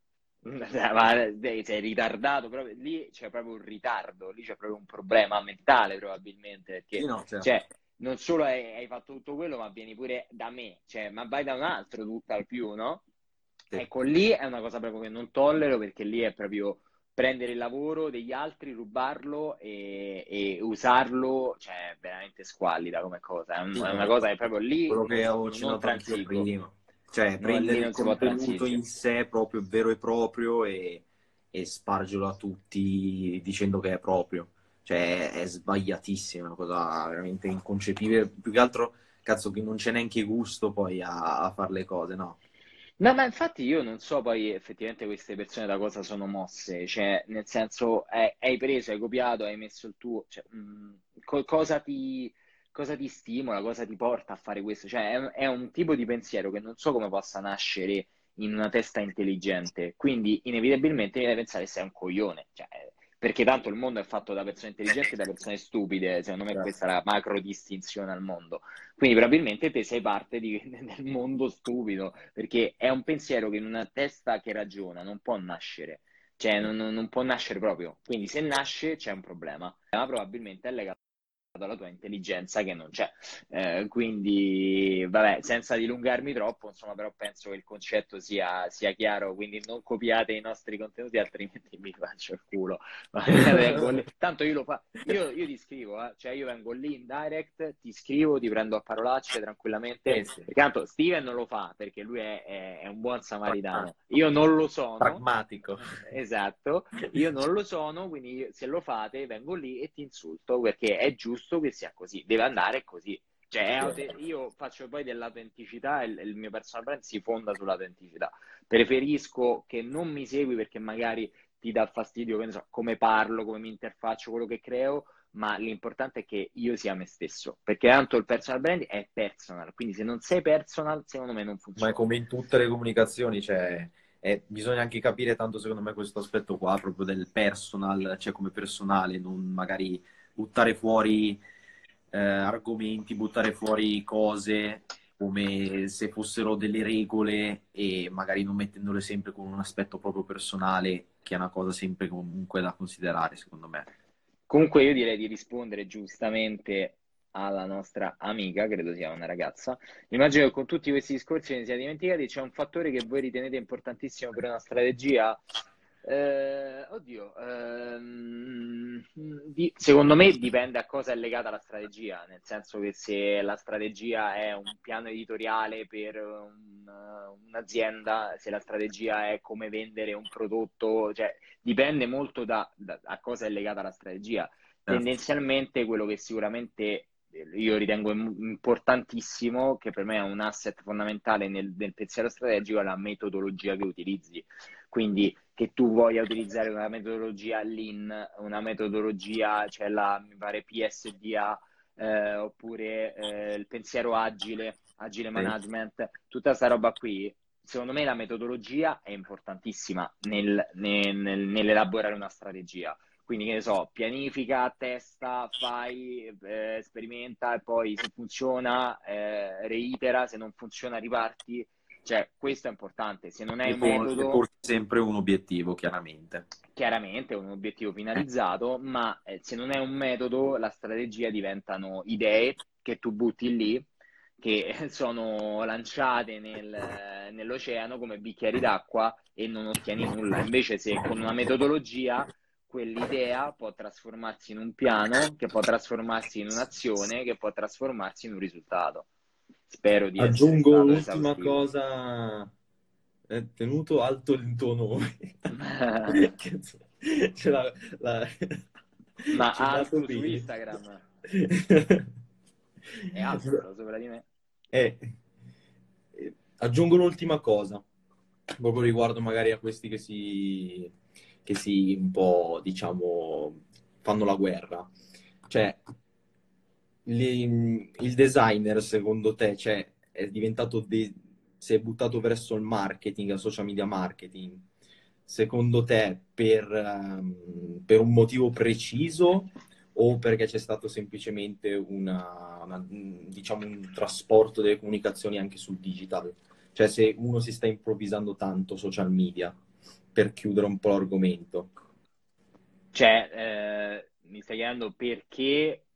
Speaker 3: sei ritardato, proprio, lì c'è proprio un ritardo, lì c'è proprio un problema mentale probabilmente,
Speaker 2: Sì,
Speaker 3: perché
Speaker 2: no, certo.
Speaker 3: cioè, non solo hai fatto tutto quello, ma vieni pure da me, cioè, ma vai da un altro tutt'al più, no?
Speaker 2: Sì.
Speaker 3: Ecco, lì è una cosa proprio che non tollero perché lì è proprio prendere il lavoro degli altri, rubarlo e usarlo, cioè veramente squallida come cosa.
Speaker 1: Sì,
Speaker 3: È una
Speaker 1: no,
Speaker 3: cosa che proprio lì
Speaker 1: quello che avevo
Speaker 3: non
Speaker 1: accennato anch'io
Speaker 3: transigo.
Speaker 1: prima. Cioè,
Speaker 3: No,
Speaker 1: prendere
Speaker 3: lì
Speaker 1: il
Speaker 3: non si può
Speaker 1: contenuto
Speaker 3: transigere.
Speaker 1: in sé proprio vero e proprio e spargerlo a tutti dicendo che è proprio. Cioè, è sbagliatissima, una cosa veramente inconcepibile. Più che altro, cazzo, che non c'è neanche gusto poi a fare le cose, no?
Speaker 3: No, ma infatti io non so poi effettivamente queste persone da cosa sono mosse, cioè nel senso hai preso, hai copiato, hai messo il tuo, cioè, cosa ti stimola, cosa ti porta a fare questo? Cioè è un tipo di pensiero che non so come possa nascere in una testa intelligente, quindi inevitabilmente viene da pensare che sei un coglione, cioè, perché tanto il mondo è fatto da persone intelligenti e da persone stupide, secondo me questa è la macro distinzione al mondo. Quindi probabilmente te sei parte del mondo stupido, perché è un pensiero che in una testa che ragiona non può nascere, cioè non può nascere proprio. Quindi se nasce c'è un problema, ma probabilmente è legato alla tua intelligenza che non c'è. Quindi, vabbè, senza dilungarmi troppo, insomma, però penso che il concetto sia chiaro, quindi non copiate i nostri contenuti, altrimenti mi faccio il culo. Vengo lì. Tanto io ti scrivo, cioè io vengo lì in direct, ti scrivo, ti prendo a parolacce tranquillamente,
Speaker 1: Sì.
Speaker 3: perché tanto Steven non lo fa, perché lui è un buon samaritano.
Speaker 1: Pragmatico.
Speaker 3: Io non lo sono,
Speaker 1: Pragmatico.
Speaker 3: esatto, io non lo sono, quindi se lo fate vengo lì e ti insulto perché è giusto che sia così, deve andare così. Cioè, io faccio poi dell'autenticità e il mio personal brand si fonda sull'autenticità. Preferisco che non mi segui perché magari ti dà fastidio, che ne so, come parlo, come mi interfaccio, quello che creo, ma l'importante è che io sia me stesso, perché tanto il personal brand è personal, quindi se non sei personal, secondo me non
Speaker 1: Ma è
Speaker 3: funziona.
Speaker 1: come in tutte le comunicazioni, cioè, bisogna anche capire tanto, secondo me, questo aspetto qua, proprio del personal, cioè come personale, non magari buttare fuori argomenti, buttare fuori cose come se fossero delle regole e magari non mettendole sempre con un aspetto proprio personale, che è una cosa sempre comunque da considerare, secondo me.
Speaker 3: Comunque io direi di rispondere giustamente alla nostra amica, credo sia una ragazza. Immagino che con tutti questi discorsi ne sia dimenticati. C'è un fattore che voi ritenete importantissimo per una strategia? Oddio, secondo me dipende a cosa è legata la strategia, nel senso che se la strategia è un piano editoriale per un'azienda, se la strategia è come vendere un prodotto, cioè dipende molto a cosa è legata la strategia.
Speaker 1: Certo.
Speaker 3: Tendenzialmente quello che sicuramente io ritengo importantissimo, che per me è un asset fondamentale nel pensiero strategico, è la metodologia che utilizzi. Quindi che tu voglia utilizzare una metodologia Lean, una metodologia, c'è la, mi pare, PSDA, oppure il pensiero agile, agile
Speaker 1: Sì.
Speaker 3: management, tutta questa roba qui. Secondo me la metodologia è importantissima nell'elaborare una strategia. Quindi, che ne so, pianifica, testa, fai, sperimenta e poi se funziona, reitera, se non funziona, riparti. Cioè, questo è importante. Se non hai un
Speaker 1: E
Speaker 3: metodo,
Speaker 1: porsi sempre un obiettivo, chiaramente.
Speaker 3: chiaramente è un obiettivo finalizzato, ma se non è un metodo, la strategia diventano idee che tu butti lì, che sono lanciate nell'oceano come bicchieri d'acqua e non ottieni nulla. Invece, se con una metodologia, quell'idea può trasformarsi in un piano, che può trasformarsi in un'azione, che può trasformarsi in un risultato. Spero di essere
Speaker 1: Aggiungo
Speaker 3: stato
Speaker 1: l'ultima
Speaker 3: esaustivo.
Speaker 1: cosa, è tenuto alto il tuo nome. Cazzo, c'è la...
Speaker 3: Ma
Speaker 1: c'è nato
Speaker 3: alto su
Speaker 1: bene.
Speaker 3: Instagram è alto però sopra di me.
Speaker 1: Eh, aggiungo un'ultima cosa, proprio riguardo magari a questi che si un po', diciamo, fanno la guerra. Cioè, il designer, secondo te, cioè, è diventato si è buttato verso il marketing, il social media marketing, secondo te per un motivo preciso o perché c'è stato semplicemente diciamo, un trasporto delle comunicazioni anche sul digital? Cioè, se uno si sta improvvisando tanto social media, per chiudere un po' l'argomento.
Speaker 3: Cioè, mi stai chiedendo perché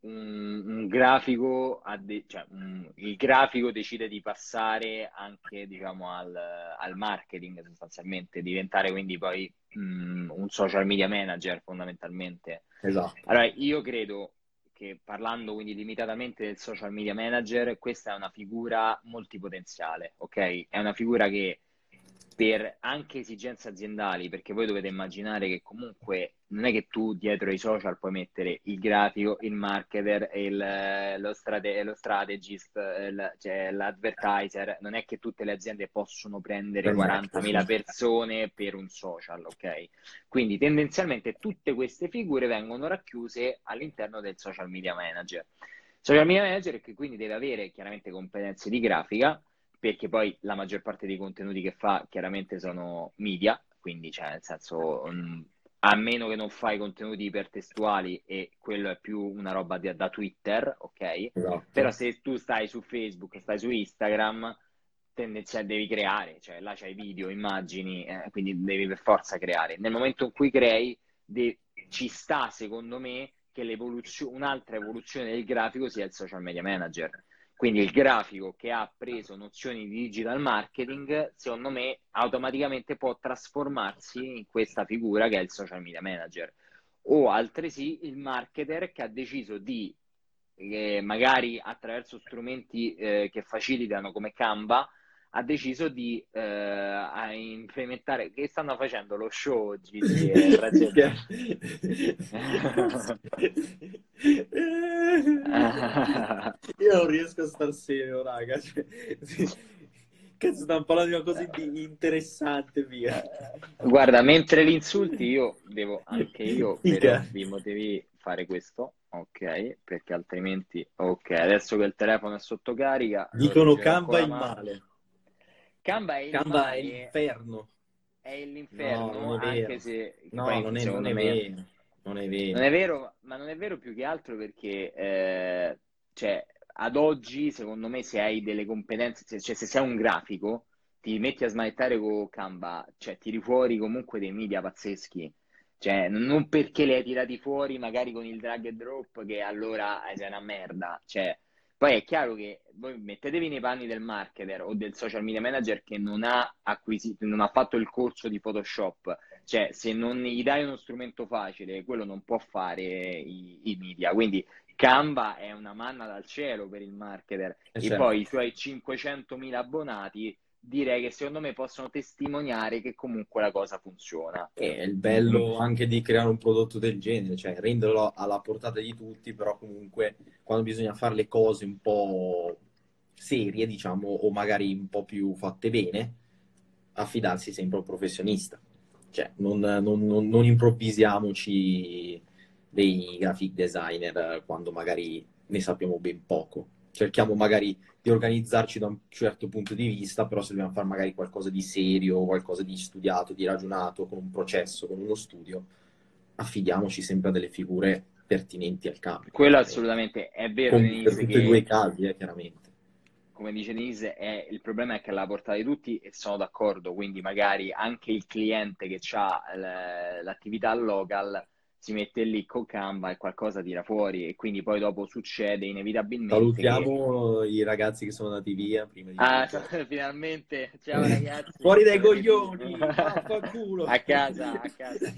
Speaker 3: un grafico, il grafico decide di passare anche, diciamo, al marketing sostanzialmente, diventare quindi poi un social media manager fondamentalmente.
Speaker 1: Esatto.
Speaker 3: Allora, io credo che parlando quindi limitatamente del social media manager, questa è una figura multipotenziale, ok? È una figura che per anche esigenze aziendali, perché voi dovete immaginare che comunque non è che tu dietro ai social puoi mettere il grafico, il marketer, lo strategist, cioè l'advertiser, non è che tutte le aziende possono prendere
Speaker 1: Esatto,
Speaker 3: 40.000
Speaker 1: sì.
Speaker 3: persone per un social, ok? Quindi tendenzialmente tutte queste figure vengono racchiuse all'interno del social media manager. Social media manager che quindi deve avere chiaramente competenze di grafica, perché poi la maggior parte dei contenuti che fa chiaramente sono media, quindi cioè nel senso a meno che non fai contenuti ipertestuali e quello è più una roba da Twitter, ok? Però
Speaker 1: Esatto.
Speaker 3: se tu stai su Facebook, stai su Instagram, tendenzialmente devi creare, cioè là c'hai video, immagini, quindi devi per forza creare. Nel momento in cui crei, ci sta secondo me che un'altra evoluzione del grafico sia il social media manager. Quindi il grafico che ha preso nozioni di digital marketing, secondo me, automaticamente può trasformarsi in questa figura che è il social media manager. O altresì il marketer che ha deciso di, magari attraverso strumenti che facilitano come Canva, ha deciso di implementare, che stanno facendo lo show Gigi e Francesco.
Speaker 1: Io non riesco a star serio, raga. Cioè, sì. Cazzo, stiamo parlando di una cosa interessante, via.
Speaker 3: Guarda, mentre li insulti io devo anche io per
Speaker 1: Figa.
Speaker 3: ovvi motivi fare questo, ok? Perché altrimenti, ok, adesso che il telefono è sotto carica lo
Speaker 1: Dicono
Speaker 3: reggerò
Speaker 1: Canva è
Speaker 3: ancora
Speaker 1: il
Speaker 3: ma
Speaker 1: male.
Speaker 3: Canva è il
Speaker 1: Canva è
Speaker 3: male,
Speaker 1: l'inferno.
Speaker 3: è
Speaker 1: No, non
Speaker 3: l'inferno,
Speaker 1: è
Speaker 3: anche
Speaker 1: vero.
Speaker 3: se che
Speaker 1: No,
Speaker 3: poi
Speaker 1: non
Speaker 3: secondo
Speaker 1: è
Speaker 3: me
Speaker 1: vero. Non è
Speaker 3: non
Speaker 1: vero.
Speaker 3: è vero, ma non è vero più che altro perché cioè, ad oggi, secondo me, se hai delle competenze, cioè se sei un grafico, ti metti a smanettare con Canva, cioè tiri fuori comunque dei media pazzeschi. Cioè, non perché li hai tirati fuori magari con il drag and drop che allora sei una merda. Cioè, poi è chiaro che voi mettetevi nei panni del marketer o del social media manager che non ha acquisito, non ha fatto il corso di Photoshop, cioè se non gli dai uno strumento facile, quello non può fare i media. Quindi Canva è una manna dal cielo per il marketer e poi
Speaker 1: Certo.
Speaker 3: i suoi 500.000 abbonati direi che secondo me possono testimoniare che comunque la cosa funziona.
Speaker 1: E il bello anche di creare un prodotto del genere, cioè renderlo alla portata di tutti, però comunque quando bisogna fare le cose un po' serie, diciamo, o magari un po' più fatte bene, affidarsi sempre a un professionista. Cioè, non improvvisiamoci dei graphic designer quando magari ne sappiamo ben poco. Cerchiamo magari di organizzarci da un certo punto di vista, però se dobbiamo fare magari qualcosa di serio, qualcosa di studiato, di ragionato, con un processo, con uno studio, affidiamoci sempre a delle figure pertinenti al campo.
Speaker 3: Quello assolutamente è vero,
Speaker 1: Per
Speaker 3: Denise,
Speaker 1: tutti e due i
Speaker 3: che
Speaker 1: casi, chiaramente.
Speaker 3: come dice Denise, il problema è che è alla portata di tutti e sono d'accordo, quindi magari anche il cliente che ha l'attività local si mette lì con Canva e qualcosa tira fuori e quindi poi dopo succede inevitabilmente che
Speaker 1: Salutiamo i ragazzi che sono andati via prima di
Speaker 3: ah,
Speaker 1: tutto.
Speaker 3: finalmente, ciao ragazzi,
Speaker 1: Fuori dai
Speaker 3: sarete tu.
Speaker 1: coglioni, vaffanculo.
Speaker 3: A casa, a casa.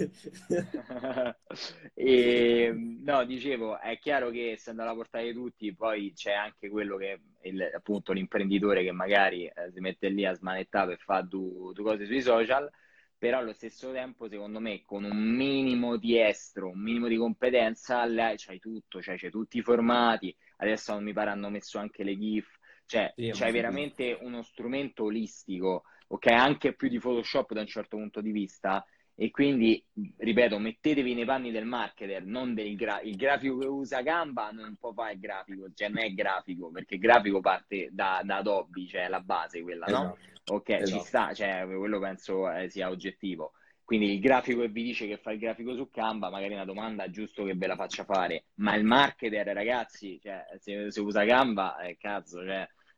Speaker 3: E, no, dicevo, è chiaro che essendo alla portata di tutti, poi c'è anche quello che appunto l'imprenditore che magari si mette lì a smanettare per fare due cose sui social, però allo stesso tempo, secondo me, con un minimo di estro, un minimo di competenza, c'hai tutto, cioè c'hai tutti i formati, adesso non mi pare hanno messo anche le GIF, cioè
Speaker 1: Sì,
Speaker 3: c'hai veramente uno strumento olistico, ok, anche più di Photoshop da un certo punto di vista, e quindi, ripeto, mettetevi nei panni del marketer, non il grafico che usa Canva non può fare il grafico, cioè non è grafico, perché il grafico parte da Adobe, cioè la base quella, no?
Speaker 1: esatto,
Speaker 3: Ok, ci
Speaker 1: esatto.
Speaker 3: sta, cioè quello penso sia oggettivo. Quindi il grafico che vi dice che fa il grafico su Canva, magari una domanda è giusto che ve la faccia fare, ma il marketer, ragazzi, cioè, se usa Canva, cazzo, cioè,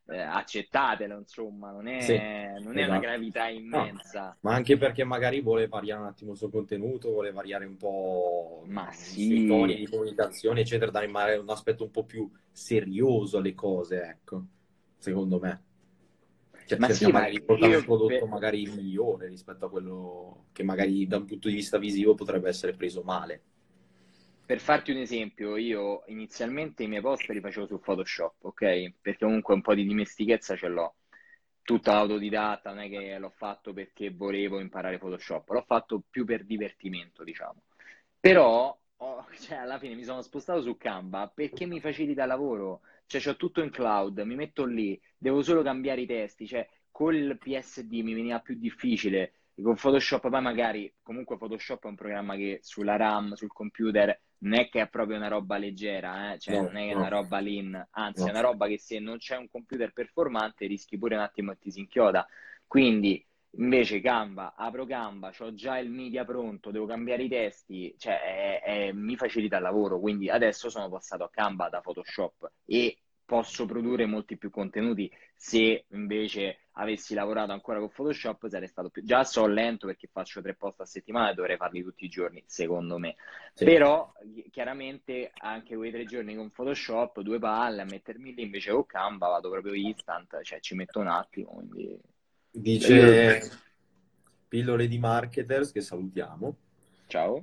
Speaker 3: accettatelo, insomma,
Speaker 1: Sì,
Speaker 3: non è una
Speaker 1: esatto.
Speaker 3: gravità
Speaker 1: No,
Speaker 3: immensa.
Speaker 1: ma anche perché magari vuole variare un attimo il suo contenuto, vuole variare un po'
Speaker 3: Ma
Speaker 1: i suoi toni
Speaker 3: sì,
Speaker 1: di comunicazione, eccetera, dare magari un aspetto un po' più serioso alle cose, ecco, secondo me. Cioè,
Speaker 3: ma
Speaker 1: cerca
Speaker 3: sì, ma
Speaker 1: magari di portare un
Speaker 3: io
Speaker 1: prodotto magari migliore rispetto a quello che magari da un punto di vista visivo potrebbe essere preso male.
Speaker 3: per farti un esempio, io inizialmente i miei post li facevo su Photoshop, ok? Perché comunque un po' di dimestichezza ce l'ho. Tutta autodidatta, non è che l'ho fatto perché volevo imparare Photoshop, l'ho fatto più per divertimento, diciamo. Però, cioè, alla fine mi sono spostato su Canva perché mi facilita il lavoro. Cioè, c'ho tutto in cloud, mi metto lì, devo solo cambiare i testi. Cioè, col PSD mi veniva più difficile. Con Photoshop poi magari, comunque Photoshop è un programma che sulla RAM, sul computer, non è che è proprio una roba leggera, cioè non
Speaker 1: No,
Speaker 3: è che è una
Speaker 1: no,
Speaker 3: roba lean, anzi è
Speaker 1: no.
Speaker 3: una roba che se non c'è un computer performante rischi pure un attimo e ti si inchioda. Quindi invece Canva, apro Canva, ho già il media pronto, devo cambiare i testi, cioè mi facilita il lavoro, quindi adesso sono passato a Canva da Photoshop e posso produrre molti più contenuti. Se invece avessi lavorato ancora con Photoshop sarei stato più... Già so lento perché faccio 3 post a settimana e dovrei farli tutti i giorni, secondo me.
Speaker 1: Sì.
Speaker 3: Però chiaramente anche quei 3 giorni con Photoshop, due palle a mettermi lì, invece con Canva vado proprio instant, cioè ci metto un attimo, quindi... Io...
Speaker 1: Dice Pillole di Marketers, che salutiamo,
Speaker 3: Ciao.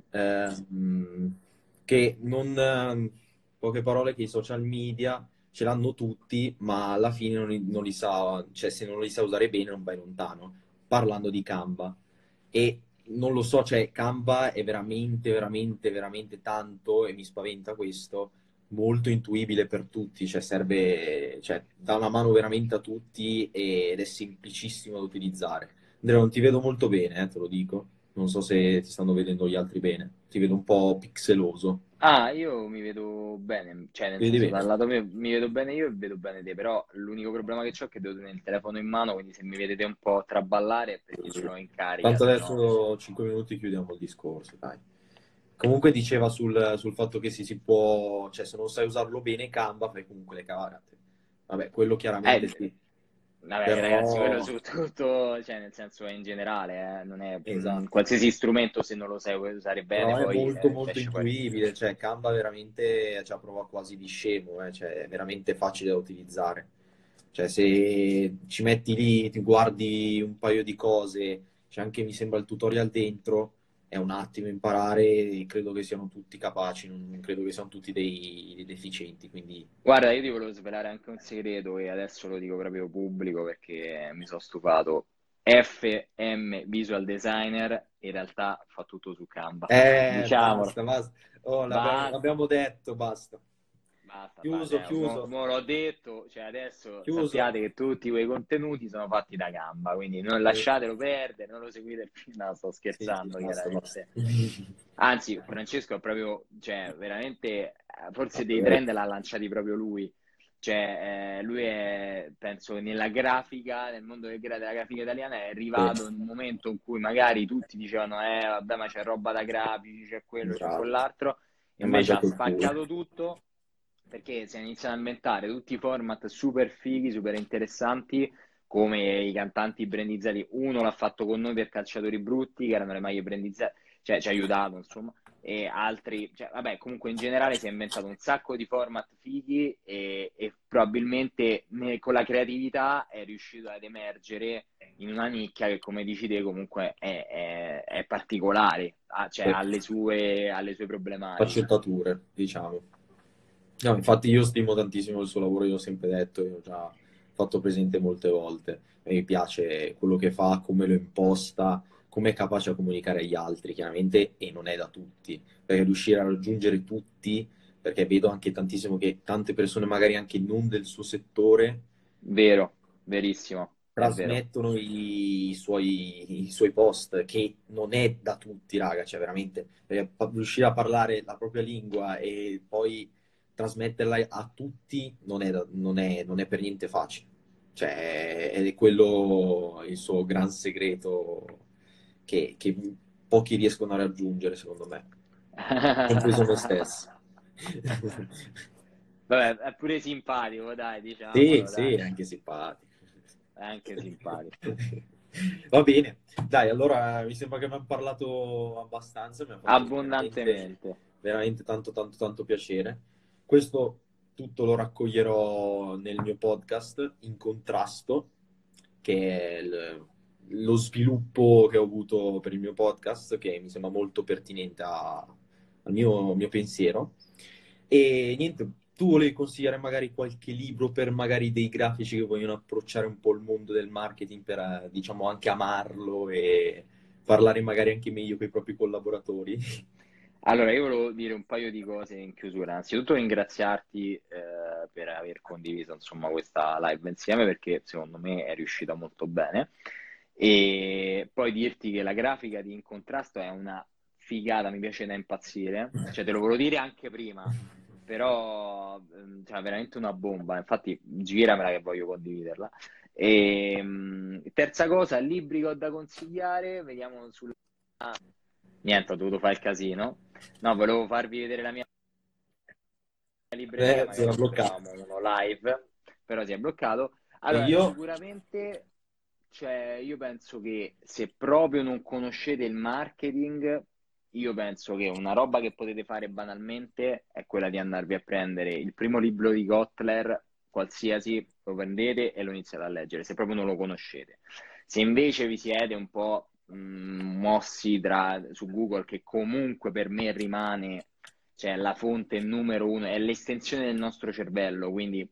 Speaker 1: che non, poche parole, che i social media ce l'hanno tutti, ma alla fine non li sa, cioè se non li sa usare bene non vai lontano. Parlando di Canva. E non lo so, cioè Canva è veramente, veramente, veramente tanto, e mi spaventa questo, molto intuibile per tutti, cioè serve, cioè dà una mano veramente a tutti ed è semplicissimo da utilizzare. Andrea, non ti vedo molto bene, te lo dico. Non so se ti stanno vedendo gli altri bene. Ti vedo un po' pixeloso.
Speaker 3: Ah, io mi vedo bene, cioè nel
Speaker 1: Ti vedi
Speaker 3: senso dal
Speaker 1: bene?
Speaker 3: lato mio mi vedo bene io e vedo bene te, però l'unico problema che ho è che devo tenere il telefono in mano, quindi se mi vedete un po' traballare è perché ce l'ho in carica,
Speaker 1: Tanto
Speaker 3: se no...
Speaker 1: adesso 5 minuti chiudiamo il discorso, dai. Comunque diceva sul fatto che si può, cioè se non sai usarlo bene Canva fai comunque le cagate. Vabbè, quello chiaramente
Speaker 3: Eh,
Speaker 1: sì.
Speaker 3: vabbè, ragazzi, quello
Speaker 1: Però,
Speaker 3: su tutto, cioè nel senso è in generale, non è
Speaker 1: esatto.
Speaker 3: qualsiasi strumento se non lo sai usare bene
Speaker 1: Però è
Speaker 3: poi
Speaker 1: molto molto
Speaker 3: esce fuori.
Speaker 1: intuibile, cioè Canva veramente c'ha prova quasi di scemo, cioè è veramente facile da utilizzare. Cioè se ci metti lì, ti guardi un paio di cose, c'è anche mi sembra il tutorial dentro, è un attimo imparare e credo che siano tutti capaci, non credo che siano tutti dei deficienti, quindi
Speaker 3: Guarda, io ti volevo svelare anche un segreto e adesso lo dico proprio pubblico perché mi sono stufato. FM Visual Designer in realtà fa tutto su Canva, diciamolo.
Speaker 1: basta, basta. Oh,
Speaker 3: Basta,
Speaker 1: l'abbiamo detto, basta. Chiuso,
Speaker 3: cioè,
Speaker 1: chiuso,
Speaker 3: mo l'ho detto, cioè adesso
Speaker 1: chiuso.
Speaker 3: sappiate che tutti quei contenuti sono fatti da Canva, quindi non lasciatelo perdere, non lo seguite più. No, sto
Speaker 1: Sì, sì,
Speaker 3: scherzando
Speaker 1: basta, basta.
Speaker 3: chiaramente. Anzi, Francesco è proprio, cioè, veramente, forse dei
Speaker 1: Vabbè,
Speaker 3: trend l'ha lanciati proprio lui. Cioè, lui è, penso, nella grafica, nel mondo della grafica italiana, è
Speaker 1: sì,
Speaker 3: arrivato in un momento in cui magari tutti dicevano, vabbè, ma c'è roba da grafici, c'è quello, c'è
Speaker 1: esatto.
Speaker 3: quell'altro.
Speaker 1: Mi ha
Speaker 3: Invece ha
Speaker 1: mangiato il culo.
Speaker 3: spaccato tutto perché si è iniziato a inventare tutti i format super fighi, super interessanti, come i cantanti brandizzati. Uno l'ha fatto con noi per Calciatori Brutti, che erano le maglie brandizzate, cioè ci ha aiutato, insomma, e altri, cioè, vabbè, comunque in generale si è inventato un sacco di format fighi e probabilmente con la creatività è riuscito ad emergere in una nicchia che, come dici te, comunque è particolare, cioè
Speaker 1: Sì.
Speaker 3: ha le sue problematiche.
Speaker 1: Sfaccettature, diciamo. No, infatti io stimo tantissimo il suo lavoro, io ho sempre detto, io ho già fatto presente molte volte. E mi piace quello che fa, come lo imposta, come è capace a comunicare agli altri, chiaramente, e non è da tutti, perché riuscire a raggiungere tutti, perché vedo anche tantissimo che tante persone, magari anche non del suo settore,
Speaker 3: Vero, verissimo, è vero.
Speaker 1: trasmettono i suoi post, che non è da tutti, raga, cioè veramente, perché riuscire a parlare la propria lingua e poi trasmetterla a tutti non è per niente facile. Cioè, ed è quello il suo gran segreto che pochi riescono a raggiungere, secondo me, compreso me stesso.
Speaker 3: Vabbè, è pure simpatico, dai,
Speaker 1: Sì,
Speaker 3: diciamolo,
Speaker 1: sì,
Speaker 3: dai.
Speaker 1: è anche simpatico.
Speaker 3: È anche simpatico.
Speaker 1: Va bene, dai, allora mi sembra che abbiamo parlato abbastanza, mi ha fatto
Speaker 3: Abbondantemente.
Speaker 1: veramente tanto, tanto, tanto piacere. Questo tutto lo raccoglierò nel mio podcast In Contrasto, che è lo sviluppo che ho avuto per il mio podcast, che mi sembra molto pertinente al mio pensiero. E niente, tu volevi consigliare magari qualche libro per magari dei grafici che vogliono approcciare un po' il mondo del marketing per, diciamo, anche amarlo e parlare magari anche meglio con i propri collaboratori?
Speaker 3: Allora, io volevo dire un paio di cose in chiusura. Anzitutto ringraziarti per aver condiviso insomma questa live insieme perché secondo me è riuscita molto bene. E poi dirti che la grafica di In Contrasto è una figata, mi piace da impazzire. Cioè, te lo volevo dire anche prima, però cioè, veramente una bomba. Infatti, giramela che voglio condividerla. E, terza cosa, libri che ho da consigliare, vediamo sulla... Niente, ho dovuto fare il casino. No, volevo farvi vedere la mia libreria,
Speaker 1: Si era
Speaker 3: magari ci
Speaker 1: bloccato.
Speaker 3: facciamo uno live, però si è bloccato.
Speaker 1: E
Speaker 3: Allora,
Speaker 1: io?
Speaker 3: sicuramente, cioè, io penso che se proprio non conoscete il marketing, io penso che una roba che potete fare banalmente è quella di andarvi a prendere il primo libro di Kotler, qualsiasi, lo prendete e lo iniziate a leggere, se proprio non lo conoscete. Se invece vi siete un po' mossi su Google, che comunque per me rimane cioè la fonte numero uno, è l'estensione del nostro cervello, quindi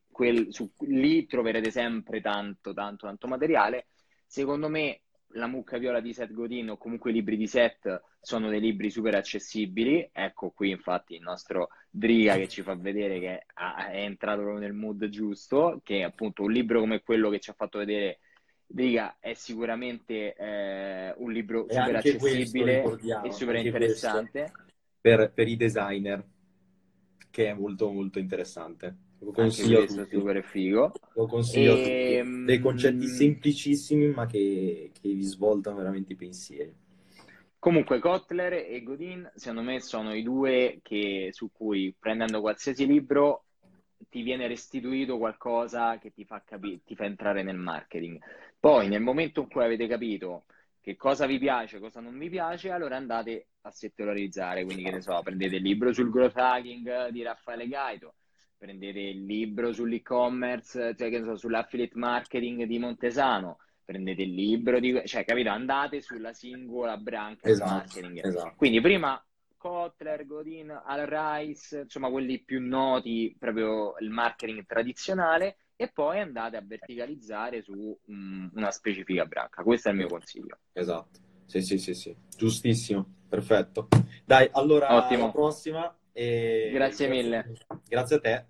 Speaker 3: lì troverete sempre tanto, tanto, tanto materiale. Secondo me la mucca viola di Seth Godin o comunque i libri di Seth sono dei libri super accessibili. Ecco qui infatti il nostro Driga che ci fa vedere che è entrato proprio nel mood giusto, che appunto un libro come quello che ci ha fatto vedere Driga è sicuramente un libro
Speaker 1: E
Speaker 3: super
Speaker 1: anche questo,
Speaker 3: accessibile e
Speaker 1: ricordiamo,
Speaker 3: super
Speaker 1: anche questo
Speaker 3: interessante.
Speaker 1: per i designer, che è molto molto interessante. Lo
Speaker 3: Anche
Speaker 1: consiglio a
Speaker 3: questo è
Speaker 1: tutti.
Speaker 3: super figo.
Speaker 1: Lo consiglio a tutti.
Speaker 3: E,
Speaker 1: Dei concetti semplicissimi, ma che vi svoltano veramente i pensieri.
Speaker 3: comunque Kotler e Godin, secondo me, sono i due su cui prendendo qualsiasi libro ti viene restituito qualcosa che ti fa entrare nel marketing. Poi, nel momento in cui avete capito che cosa vi piace, cosa non vi piace, allora andate a settorializzare. Quindi, che ne so, prendete il libro sul growth hacking di Raffaele Gaito, prendete il libro sull'e-commerce, cioè che ne so, sull'affiliate marketing di Montesano, prendete il libro di... cioè, capito? Andate sulla singola branca di
Speaker 1: Esatto,
Speaker 3: marketing.
Speaker 1: esatto,
Speaker 3: Quindi prima Kotler, Godin, Al Rice, insomma quelli più noti, proprio il marketing tradizionale, e poi andate a verticalizzare su una specifica branca. Questo è il mio consiglio.
Speaker 1: esatto. Sì, sì, sì, sì. Giustissimo, perfetto. Dai, allora alla
Speaker 3: Ottimo,
Speaker 1: prossima e
Speaker 3: grazie mille.
Speaker 1: grazie a te.